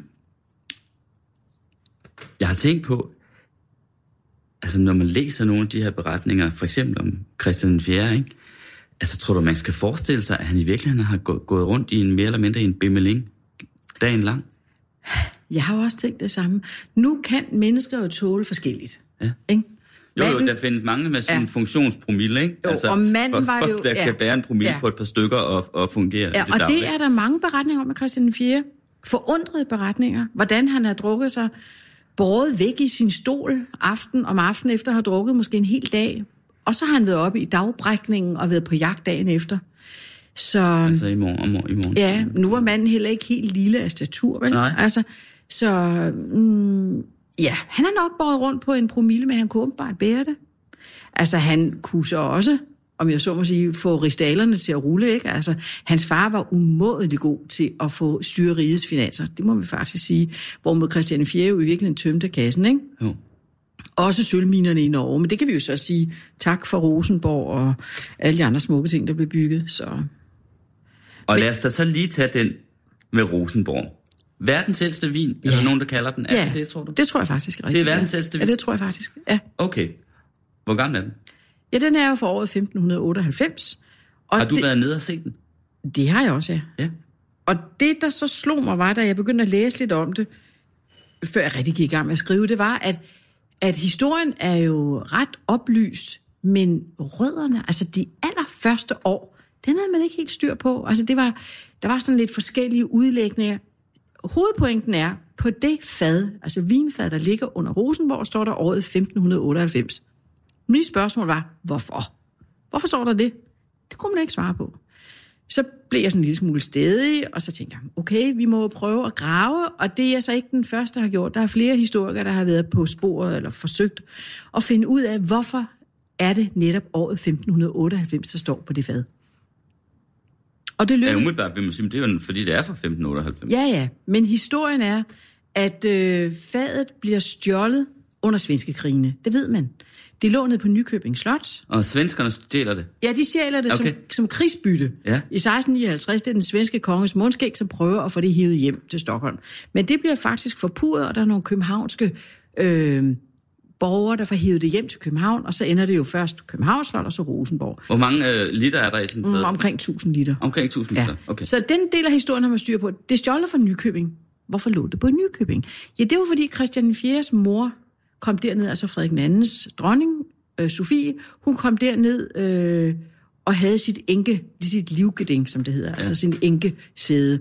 jeg har tænkt på, altså, når man læser nogle af de her beretninger, for eksempel om Christian den fjerde, ikke? Altså, tror du, man skal forestille sig, at han i virkeligheden har gå- gået rundt i en mere eller mindre en bimmeling dagen lang? Jeg har jo også tænkt det samme. Nu kan mennesker jo tåle forskelligt. Ja. Ikke? Jo, manden, jo, der findes mange med sådan en ja. funktionspromille, ikke? Jo, altså, og manden var folk, jo... der ja. kan bære en promille ja. på et par stykker og, og fungere. Ja, det og daglige. det er der mange beretninger om med Christian den fjerde. Forundrede beretninger. Hvordan han har drukket sig båret væk i sin stol aften om aften efter at have drukket måske en hel dag. Og så har han været oppe i dagbrækningen og været på jagt dagen efter. Så, altså i morgen, om, i morgen. Ja, nu var manden heller ikke helt lille af statur, vel? Nej. Altså, så mm, ja, han har nok båret rundt på en promille, men han kunne åbenbart bære det. Altså, han kunne så også, om jeg så må sige, få rigsdalerne til at rulle, ikke? Altså, hans far var umådelig god til at få styre rigets finanser. Det må vi faktisk sige. Hvorimod Christian den fjerde jo i virkeligheden tømte kassen, ikke? Jo. Også sølvminerne i Norge, men det kan vi jo så sige tak for Rosenborg og alle de andre smukke ting, der blev bygget. Så. Og lad os da så lige tage den med Rosenborg. Verdens ældste vin, ja. Eller nogen, der kalder den. Er ja, det, det, tror du? Det tror jeg faktisk er rigtigt. Det er verdens ældste vin? Ja, det tror jeg faktisk, ja. Okay. Hvor gammel er den? Ja, den er jo fra året femten otteoghalvfems. Og har du det, været nede og set den? Det har jeg også, ja. Ja. Og det, der så slog mig, var, da jeg begyndte at læse lidt om det, før jeg rigtig gik i gang med at skrive, det var, at, at historien er jo ret oplyst, men rødderne, altså de allerførste år, den havde man ikke helt styr på. Altså det var, der var sådan lidt forskellige udlægninger. Hovedpointen er, på det fad, altså vinfad, der ligger under Rosenborg, står der året femten otteoghalvfems. Mit spørgsmål var, hvorfor? Hvorfor står der det? Det kunne man ikke svare på. Så blev jeg sådan en lille smule stædig, og så tænkte jeg, okay, vi må prøve at grave, og det er så ikke den første, der har gjort. Der er flere historikere, der har været på sporet, eller forsøgt at finde ud af, hvorfor er det netop året femten otteoghalvfems, der står på det fad. Og det løber... Ja, umiddelbart vil man sige, det er jo fordi, det er fra femten otteoghalvfems. Ja, ja, men historien er, at øh, fadet bliver stjålet under svenskekrigene. Det ved man. Det lå nede på Nykøbing Slot. Og svenskerne stjæler det? Ja, de stjæler det okay. som, som krigsbytte. Ja. I seksten nioghalvtreds, det er den svenske konges mundskæg, som prøver at få det hivet hjem til Stockholm. Men det bliver faktisk forpurret, og der er nogle københavnske øh, borgere, der får hivet det hjem til København, og så ender det jo først Københavns Slot, og så Rosenborg. Hvor mange øh, liter er der i sådan en mm, Omkring tusind liter. Omkring tusind liter, okay. Så den del af historien har man styr på. Det stjålet fra Nykøbing. Hvorfor lå det på Nykøbing? Ja, det var fordi Christian den fjerdes mor kom derned, altså Frederik den andens dronning, øh, Sofie, hun kom derned øh, og havde sit enke, sit livgeding, som det hedder, ja. Altså sin enkesæde.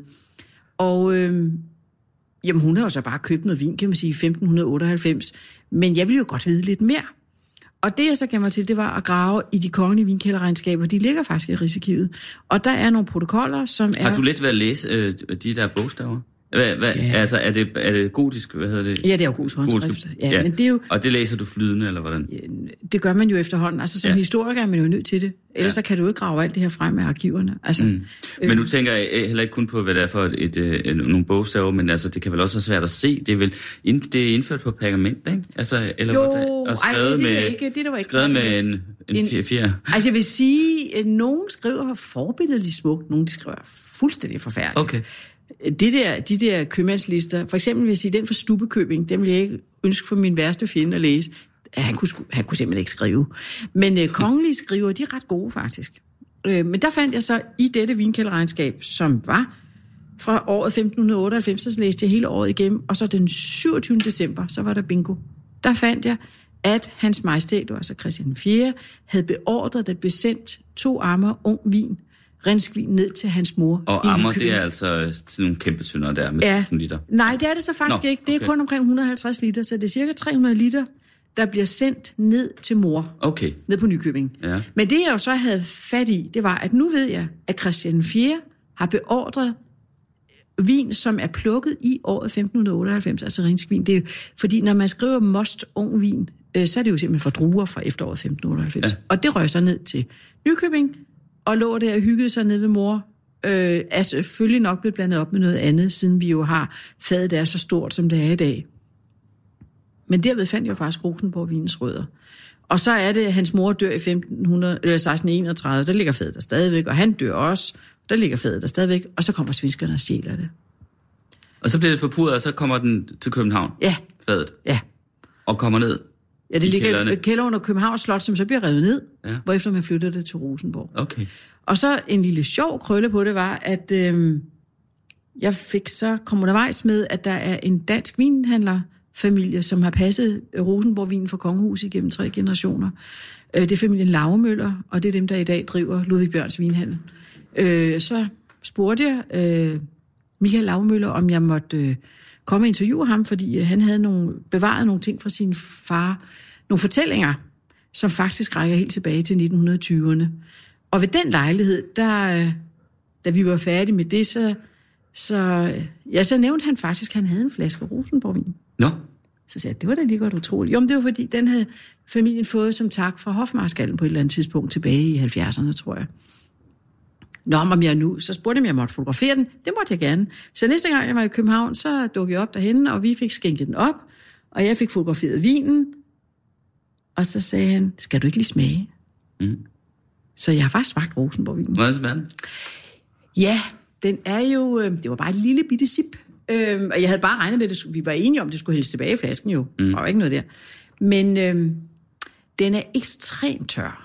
Og øh, jamen, hun har jo så bare købt noget vin, kan man sige, i femten otteoghalvfems, men jeg ville jo godt vide lidt mere. Og det, jeg så gav mig til, det var at grave i de kongelige vinkælderregnskaber. De ligger faktisk i Rigsarkivet. Og der er nogle protokoller, som er... Har du let ved at læse øh, de der bogstaver? Hvad, hvad, ja. Altså, er det, er det gotisk, hvad hedder det? Ja, det er jo gotisk håndskrift. Ja, ja. Men det er jo, og det læser du flydende, eller hvordan? Det gør man jo efterhånden. Altså, som ja. historiker er man jo nødt til det. Ellers ja. så kan du ikke grave alt det her frem af arkiverne. Altså, mm. Men øh, nu tænker jeg heller ikke kun på, hvad det er for et, et, et, nogle bogstaver, men altså, det kan vel også være svært at se. Det er vel ind, det er indført på pergament, ikke? Altså, eller jo, og skrevet ej, det med, ikke. Det, der var ikke skrevet med en, en, en fire, fire. Altså, jeg vil sige, at nogen skriver forbilledeligt smukt, nogen skriver fuldstændig forfærdeligt. Okay. Det der, de der købmandslister, for eksempel vil jeg sige, den for Stubbekøbing, den vil jeg ikke ønske for min værste fjende at læse. Han kunne, han kunne simpelthen ikke skrive. Men øh, kongelige skriver, de er ret gode faktisk. Øh, men der fandt jeg så i dette vinkælderregnskab, som var fra året femten otteoghalvfems, så læste jeg hele året igennem, og så den syvogtyvende december, så var der bingo. Der fandt jeg, at hans majestæt, altså Christian den fjerde, havde beordret, at der blev sendt to armer ung vin, renskvin ned til hans mor. Og ammer, det er altså sådan nogle kæmpe tynder der med ja. tusind liter? Nej, det er det så faktisk Nå, ikke. Det er okay. kun omkring et hundrede og halvtreds liter, så det er cirka tre hundrede liter, der bliver sendt ned til mor. Okay. Ned på Nykøbing. Ja. Men det jeg jo så havde fat i, det var, at nu ved jeg, at Christian den fjerde har beordret vin, som er plukket i året femten otteoghalvfems, altså renskvin. Det er jo, fordi når man skriver most ung vin, øh, så er det jo simpelthen for druer fra efteråret femten otteoghalvfems. Ja. Og det røg så ned til Nykøbing, og lå der og hyggede sig nede ved mor, øh, er selvfølgelig nok blevet blandet op med noget andet, siden vi jo har fadet, der er så stort, som det er i dag. Men derved fandt jeg jo faktisk Rosenborg-vinens rødder. Og så er det, at hans mor dør i seksten enogtredive, der ligger fadet der stadigvæk, og han dør også, der ligger fadet der stadigvæk, og så kommer svenskerne og stjæler det. Og så bliver det forpurret, og så kommer den til København? Ja. Fadet? Ja. Og kommer ned? Ja, det ligger i kælder under Københavns Slot, som så bliver revet ned, ja. hvorefter man flytter det til Rosenborg. Okay. Og så en lille sjov krølle på det var, at øh, jeg fik så kom undervejs med, at der er en dansk vinhandlerfamilie, som har passet Rosenborg-vinen for kongehuset igennem tre generationer. Øh, det er familien Lavemøller, og det er dem, der i dag driver Ludvig Bjørns vinhandel. Øh, så spurgte jeg øh, Michael Lavemøller, om jeg måtte øh, komme og interviewe ham, fordi øh, han havde nogle, bevaret nogle ting fra sin far, nogle fortællinger, som faktisk rækker helt tilbage til nitten tyverne. Og ved den lejlighed, der, da vi var færdige med det, så, så, ja, så nævnte han faktisk, at han havde en flaske Rosenborg-vin. Nå. Så sagde jeg, det var da lige godt utroligt. Jo, men det var fordi, den havde familien fået som tak fra hofmarskallen på et eller andet tidspunkt tilbage i halvfjerdserne, tror jeg. Nå, om jeg nu, så spurgte jeg, om jeg måtte fotografere den. Det måtte jeg gerne. Så næste gang jeg var i København, så dukkede jeg op derhenne, og vi fik skænket den op, og jeg fik fotograferet vinen. Og så sagde han, skal du ikke lige smage? Mm. Så jeg har faktisk smagt Rosenborg-vinen. Hvad smager den? Ja, den er jo, det var bare et lille bitte sip. Øhm, og jeg havde bare regnet med det, vi var enige om, det skulle hældes tilbage i flasken jo. Mm. Der var ikke noget der. Men øhm, den er ekstremt tør.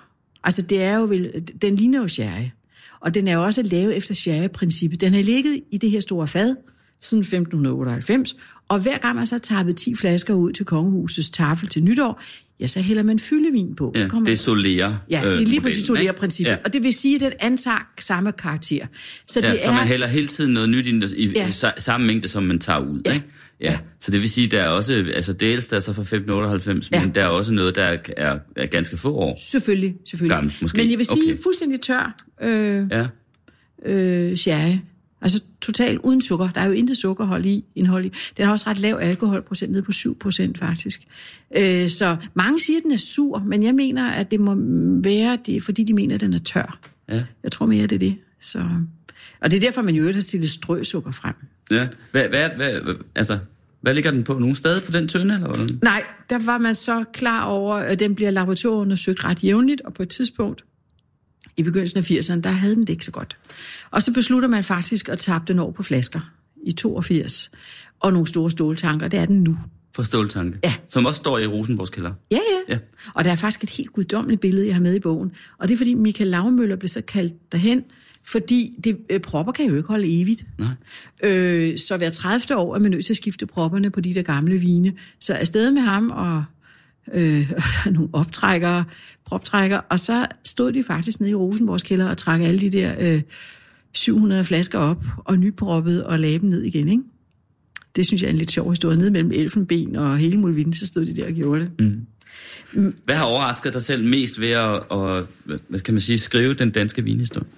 Altså, det er jo vel, den ligner jo sherry. Og den er jo også lavet efter sherry-princippet. Den har ligget i det her store fad siden femten otteoghalvfems, og hver gang man så har tappet ti flasker ud til kongehusets tafel til nytår, ja, så hælder man fyldevin på. Ja, kommer det er solera. Ja, det er lige præcis solera-princippet. Ja. Og det vil sige, at den antager samme karakter. Så, ja, det så er... man hælder hele tiden noget nyt i, i ja. samme mængde, som man tager ud. Ja. Ikke? Ja. Ja. Så det vil sige, der er også, altså dels der er så fra femten otteoghalvfems, ja. men der er også noget, der er, er, er ganske få år. Selvfølgelig, selvfølgelig. Gammel, måske. Men jeg vil sige, okay. fuldstændig tør øh, ja. øh, sherry. Altså totalt uden sukker. Der er jo intet sukkerhold i, indhold i. Den har også ret lav alkoholprocent, nede på syv procent faktisk. Øh, så mange siger, at den er sur, men jeg mener, at det må være, det, fordi de mener, at den er tør. Ja. Jeg tror mere, det er det. Så... Og det er derfor, man jo har stillet strøsukker frem. Ja. Hvad, hvad, hvad, altså, hvad ligger den på? Nogle steder på den tynde, eller hvordan? Nej, der var man så klar over, at den bliver laboratorieundersøgt ret jævnligt, og på et tidspunkt, i begyndelsen af firserne, der havde den det ikke så godt. Og så beslutter man faktisk at tappe den over på flasker i toogfirs, og nogle store ståltanker, det er den nu. På ståltanke? Ja. Som også står i Rosenborgs kælder? Ja, ja, ja. Og der er faktisk et helt guddommeligt billede, jeg har med i bogen. Og det er fordi Michael Laumøller blev så kaldt derhen, fordi det, øh, propper kan jo ikke holde evigt. Nej. Øh, så hver tredivte år er man nødt til at skifte propperne på de der gamle vine. Så afsted med ham og øh, nogle optrækkere, proptrækkere, og så stod de faktisk nede i Rosenborgs kælder og trak alle de der øh, syv hundrede flasker op og nyproppede og lagde dem ned igen, ikke? Det synes jeg er en lidt sjov historie. Nede mellem elfenben og hele muligheden, så stod de der og gjorde det. Mm. Mm. Hvad har overrasket dig selv mest ved at, at hvad kan man sige, skrive den danske vinhistorie?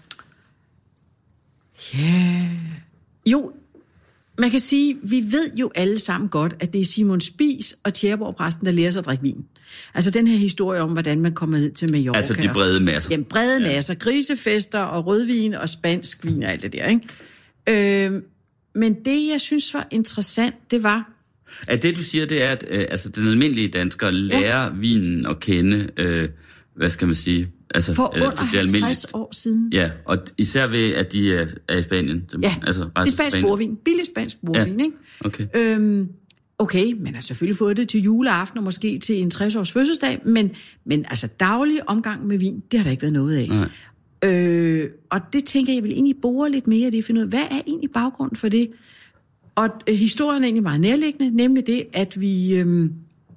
Ja... Jo, man kan sige, vi ved jo alle sammen godt, at det er Simon Spies og Tjæreborg-præsten, der lærer sig at drikke vin. Altså den her historie om, hvordan man kommer ned til Mallorca. Altså de brede masser. Jamen brede ja. masser, grisefester og rødvin og spansk vin og alt det der, ikke? Øh, men det, jeg synes var interessant, det var... At det, du siger, det er, at øh, altså, den almindelige dansker lærer ja. vinen at kende, øh, hvad skal man sige... Altså, for eller, under det halvtreds år siden. Ja, og især ved, at de er, er i Spanien. Ja, altså, det er spansk bordvin. Billig spansk bordvin, ja. ikke? Okay. Øhm, okay, man har selvfølgelig fået det til juleaften og måske til en tres års fødselsdag, men, men altså daglig omgang med vin, det har der ikke været noget af. Nej. Øh, og det tænker jeg vil egentlig bore lidt mere af det, finde ud af, hvad er egentlig baggrunden for det? Og øh, historien er egentlig meget nærliggende, nemlig det, at vi, øh,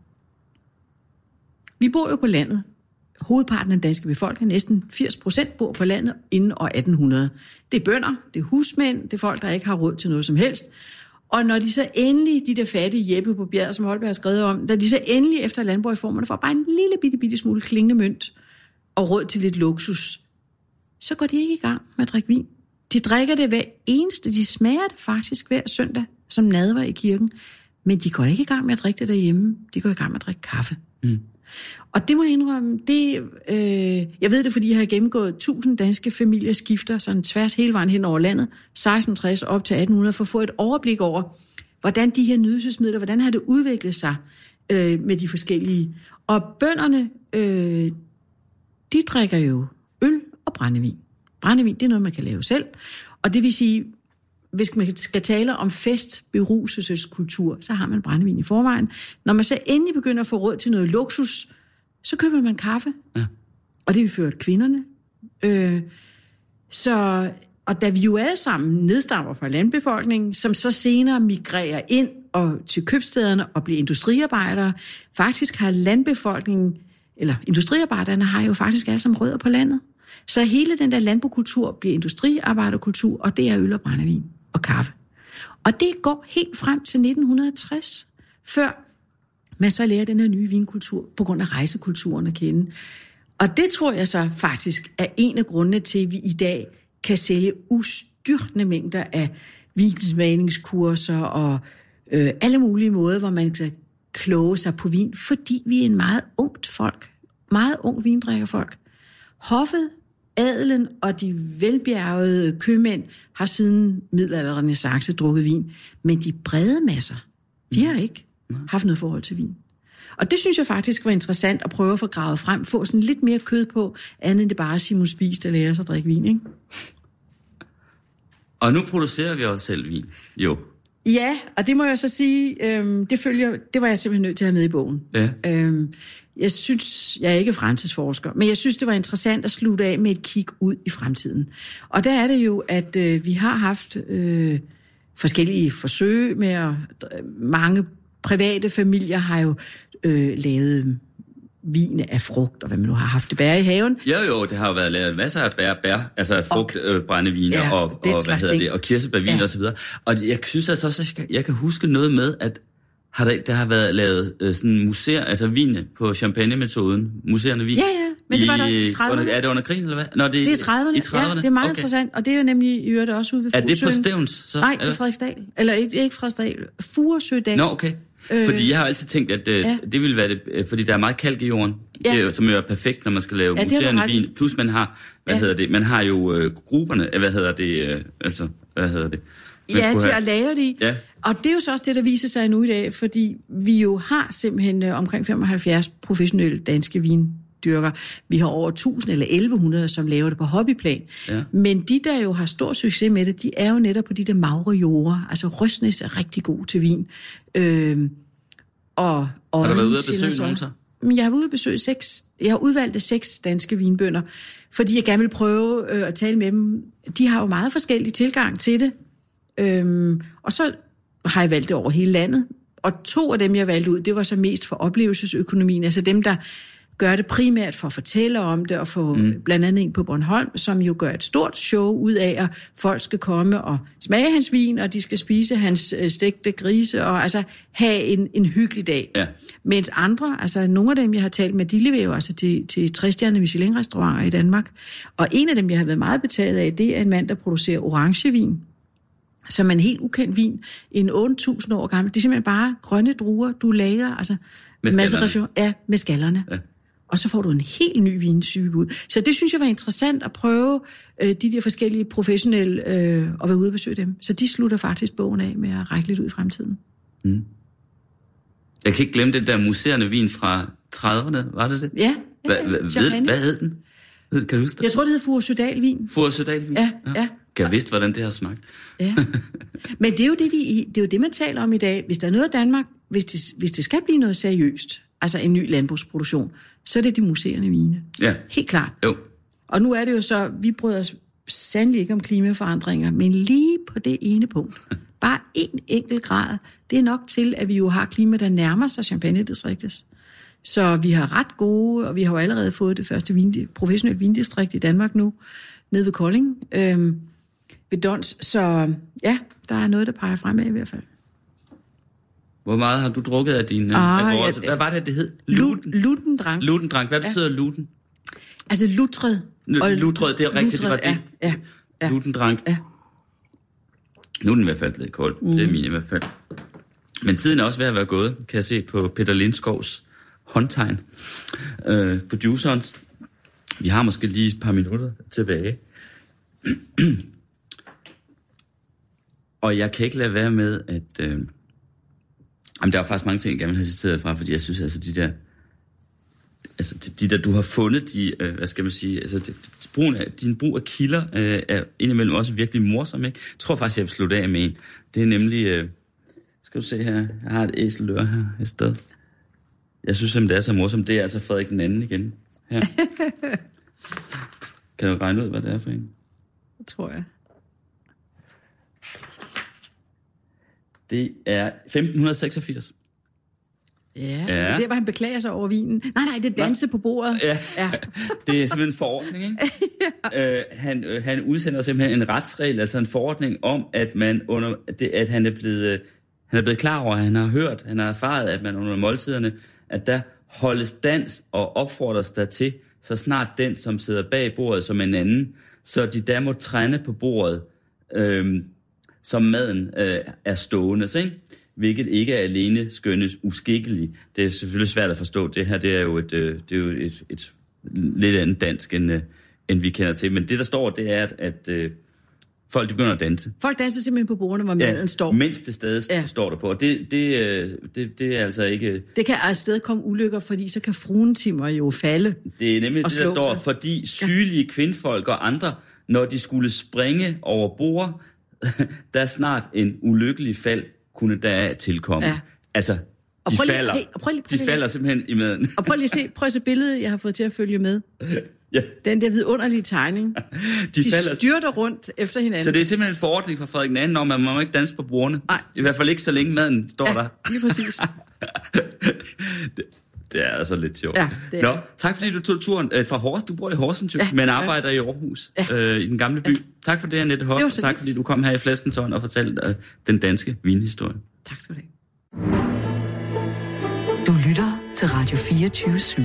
vi bor jo på landet. Hovedparten af den danske befolkning, næsten firs procent, bor på landet inden år atten hundrede. Det er bønder, det er husmænd, det er folk, der ikke har råd til noget som helst. Og når de så endelig, de der fattige Jeppe på bjerget, som Holberg har skrevet om, da de så endelig efter landbrugreformerne får bare en lille bitte, bitte smule klingende mønt og råd til lidt luksus, så går de ikke i gang med at drikke vin. De drikker det hver eneste, de smager det faktisk hver søndag, som nadver i kirken, men de går ikke i gang med at drikke det derhjemme, de går i gang med at drikke kaffe. Mm. Og det må jeg indrømme, det, øh, jeg ved det, fordi jeg har gennemgået tusind danske familier skifter sådan tværs hele vejen hen over landet, seksten tres op til atten hundrede, for at få et overblik over, hvordan de her nydelsesmidler, hvordan har det udviklet sig øh, med de forskellige. Og bønderne, øh, de drikker jo øl og brændevin. Brændevin, det er noget, man kan lave selv. Og det vil sige, hvis man skal tale om fest, beruselseskultur, så har man brændevin i forvejen. Når man så endelig begynder at få råd til noget luksus, så køber man kaffe. Ja. Og det vil føre kvinderne. Øh, så, og da vi jo alle sammen nedstammer fra landbefolkningen, som så senere migrerer ind og til købstederne og bliver industriarbejdere, faktisk har landbefolkningen, eller industriarbejderne har jo faktisk alle sammen rødder på landet. Så hele den der landbokultur bliver industriarbejderkultur, og det er øl og brændevin og kaffe. Og det går helt frem til nitten tres, før man så lærer den her nye vinkultur på grund af rejsekulturen at kende. Og det tror jeg så faktisk er en af grundene til, at vi i dag kan sælge ustyrtende mængder af vinsmagningskurser og øh, alle mulige måder, hvor man kan kloge sig på vin, fordi vi er en meget ungt folk, meget ung vindrikkerfolk. Hoffet, adelen og de velbjergede købmænd har siden middelalder og renæssance drukket vin, men de brede masser, de har ikke haft noget forhold til vin. Og det synes jeg faktisk var interessant at prøve at få gravet frem, få sådan lidt mere kød på, andet end det bare Simon Spies, der lærer sig at drikke vin, ikke? Og nu producerer vi også selv vin, jo. Ja, og det må jeg så sige, øhm, det følger, det var jeg simpelthen nødt til at have med i bogen. Ja. Øhm, jeg synes, jeg er ikke fremtidsforsker, men jeg synes, det var interessant at slutte af med et kig ud i fremtiden. Og der er det jo, at øh, vi har haft øh, forskellige forsøg med at, mange private familier har jo øh, lavet vin af frugt, og hvad man nu har haft det bær i haven. Jo, jo, det har jo været lavet masser af bær, bær altså frugtbrændeviner øh, ja, og, og, hvad hedder det, og kirsebærvin ja. og så videre. Og jeg synes altså også, at jeg, jeg kan huske noget med, at har der, der har været lavet øh, sådan museer, altså vin på champagne-metoden, museerne vin. Ja, ja, men det var der i trediverne. Under, er det under krigen, eller hvad? Nå, det, det er trediverne, i trediverne. Ja, det er meget okay. interessant, og det er jo nemlig i øvrigt også ude ved Furesøen. Er det på Stevns? Så, Nej, det er Frederiksdal. Eller ikke, ikke Frederiksdal, Furesødal. Nå, okay. Øh, fordi jeg har altid tænkt, at øh, ja. det ville være det, fordi der er meget kalk i jorden, ja. det, som jo er perfekt, når man skal lave ja, museerne vin. Plus man har, hvad ja. hedder det, man har jo øh, grupperne, hvad hedder det, øh, altså, hvad hedder det? Man ja, til have... at lagre det i. Ja. Og det er jo så også det, der viser sig nu i dag, fordi vi jo har simpelthen øh, omkring femoghalvfjerds professionelle danske vindyrker. Vi har over tusind eller elleve hundrede, som laver det på hobbyplan. Ja. Men de, der jo har stor succes med det, de er jo netop på de der magre jorder. Altså Røsnæs er rigtig god til vin. Øh, og, og har du været ude at besøge nogen så? Jeg har været ude at besøge seks, jeg har udvalgt seks danske vinbønder, fordi jeg gerne vil prøve øh, at tale med dem. De har jo meget forskellig tilgang til det. Øhm, og så har jeg valgt det over hele landet. Og to af dem, jeg valgte ud, det var så mest for oplevelsesøkonomien. Altså dem, der gør det primært for at fortælle om det, og få mm. blandt andet en på Bornholm, som jo gør et stort show ud af, at folk skal komme og smage hans vin, og de skal spise hans øh, stegte grise, og altså have en, en hyggelig dag. Ja. Mens andre, altså nogle af dem, jeg har talt med, de leverer jo altså til, til tre-stjernede Michelin-restauranter i Danmark. Og en af dem, jeg har været meget betaget af, det er en mand, der producerer orangevin, som er en helt ukendt vin, en otte tusind år gammel. Det er simpelthen bare grønne druer, du lager, altså med maceration, ja, med skallerne. Ja. Og så får du en helt ny vinsyge ud. Så det synes jeg var interessant at prøve øh, de der forskellige professionelle øh, at være ude og besøge dem. Så de slutter faktisk bogen af med at række lidt ud i fremtiden. Mm. Jeg kan ikke glemme den der museerne vin fra trediverne, var det det? Ja. Hva, hva, ved, hvad hed den? Kan du huske det? Jeg tror, det hed Furesødal-vin. Furesødal-vin? Ja, ja. ja. Kan jeg vidste, hvordan det har smagt? Ja. Men det er, jo det, de, det er jo det, man taler om i dag. Hvis der er noget i Danmark, hvis det, hvis det skal blive noget seriøst, altså en ny landbrugsproduktion, så er det de museerne vine. Ja. Helt klart. Jo. Og nu er det jo så, vi bryder os sandelig ikke om klimaforandringer, men lige på det ene punkt, bare en enkelt grad, det er nok til, at vi jo har klima, der nærmer sig Champagne-distriktet. Så vi har ret gode, og vi har jo allerede fået det første vin, professionelle vindistrikt i Danmark nu, nede ved Kolding, øhm, ved Dons. Så ja, der er noget, der peger fremad i hvert fald. Hvor meget har du drukket af din... Ah, af vores, ja, hvad var det, det hed? Luten. Lutendrank. Lutendrank. Hvad betyder ja. luten? Altså lutred. Lutred, det er rigtigt, det var det. Ja, ja, ja. Lutendrank. Ja. Nu er den i hvert fald blevet kold. Mm. Det er min i hvert fald. Men tiden er også ved at være gået, kan jeg se på Peter Lindskovs håndtegn. Øh, producerens. Vi har måske lige et par minutter tilbage. Og jeg kan ikke lade være med, at... Øh, jamen, der er faktisk mange ting, jeg gerne vil have citeret fra, fordi jeg synes, altså, de der... Altså, de, de der, du har fundet, de... Øh, hvad skal man sige... Altså, de, de, brugen af, din brug af kilder øh, er indimellem også virkelig morsom, ikke? Jeg tror faktisk, jeg vil slutte af med en. Det er nemlig... Øh, skal du se her? Jeg har et æselør her et sted. Jeg synes simpelthen, det er så morsomt. Det er altså Frederik den anden igen. Her. Kan du regne ud, hvad det er for en? Det tror jeg. Det er femten seksogfirs. Ja, ja. Det var han beklager sig over vinen. Nej, nej, det er danse på bordet. Ja, ja. Det er simpelthen en forordning, ikke? ja. øh, han, øh, han udsender simpelthen en retsregel, altså en forordning om, at man under, det, at han er blevet, øh, han er blevet klar over, at han har hørt, han har erfaret, at man under måltiderne, at der holdes dans og opfordres der til, så snart den, som sidder bag bordet som en anden, så de der må trænde på bordet, øh, som maden øh, er stående, så, ikke? Hvilket ikke er alene skønnes uskikkeligt. Det er selvfølgelig svært at forstå. Det her, det er jo et, øh, det er jo et, et, et lidt andet dansk, end, øh, end vi kender til. Men det, der står, det er, at, at øh, folk de begynder at danse. Folk danser simpelthen på bordene, hvor maden ja, står. mindst det sted ja. står der på. Og det, det, øh, det, det er altså ikke... Det kan afsted komme ulykker, fordi så kan fruentimer jo falde. Det er nemlig det, der står, sig. Fordi sygelige kvindfolk og andre, når de skulle springe over bord, der er snart en ulykkelig fald, kunne der tilkomme. Ja. Altså, Og de prøv lige- falder, hey, og prøv lige- prøv de lige- falder simpelthen i maden. Og prøv lige at se, prøv at se billedet, jeg har fået til at følge med. Ja, Den der vidunderlige tegning. de, De falder. styrter rundt efter hinanden. Så det er simpelthen en forordning fra Frederik den anden om, at man må ikke danse på bordene. Nej. I hvert fald ikke så længe maden står ja, der. lige præcis. det, det er altså lidt sjovt. Ja, det er Nå, tak fordi du tog turen øh, fra Horsens. Du bor i Horsens, ja, men arbejder ja. i Aarhus, ja. øh, i den gamle by. Ja. Tak for det, Annette Hoff. Tak lidt. Fordi du kom her i Flaskentårn og fortalte øh, den danske vinhistorie. Tak skal du have. Du lytter til Radio fireogtyve syv.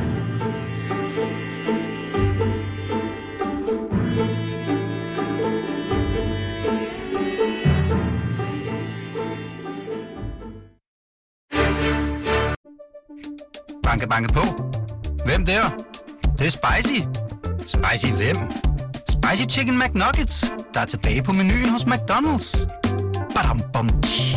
Banke, banke på. Hvem der? Det, det er spicy. Spicy hvem? Spicy Chicken McNuggets, der er tilbage på menuen hos McDonald's. Badum, bom, tji.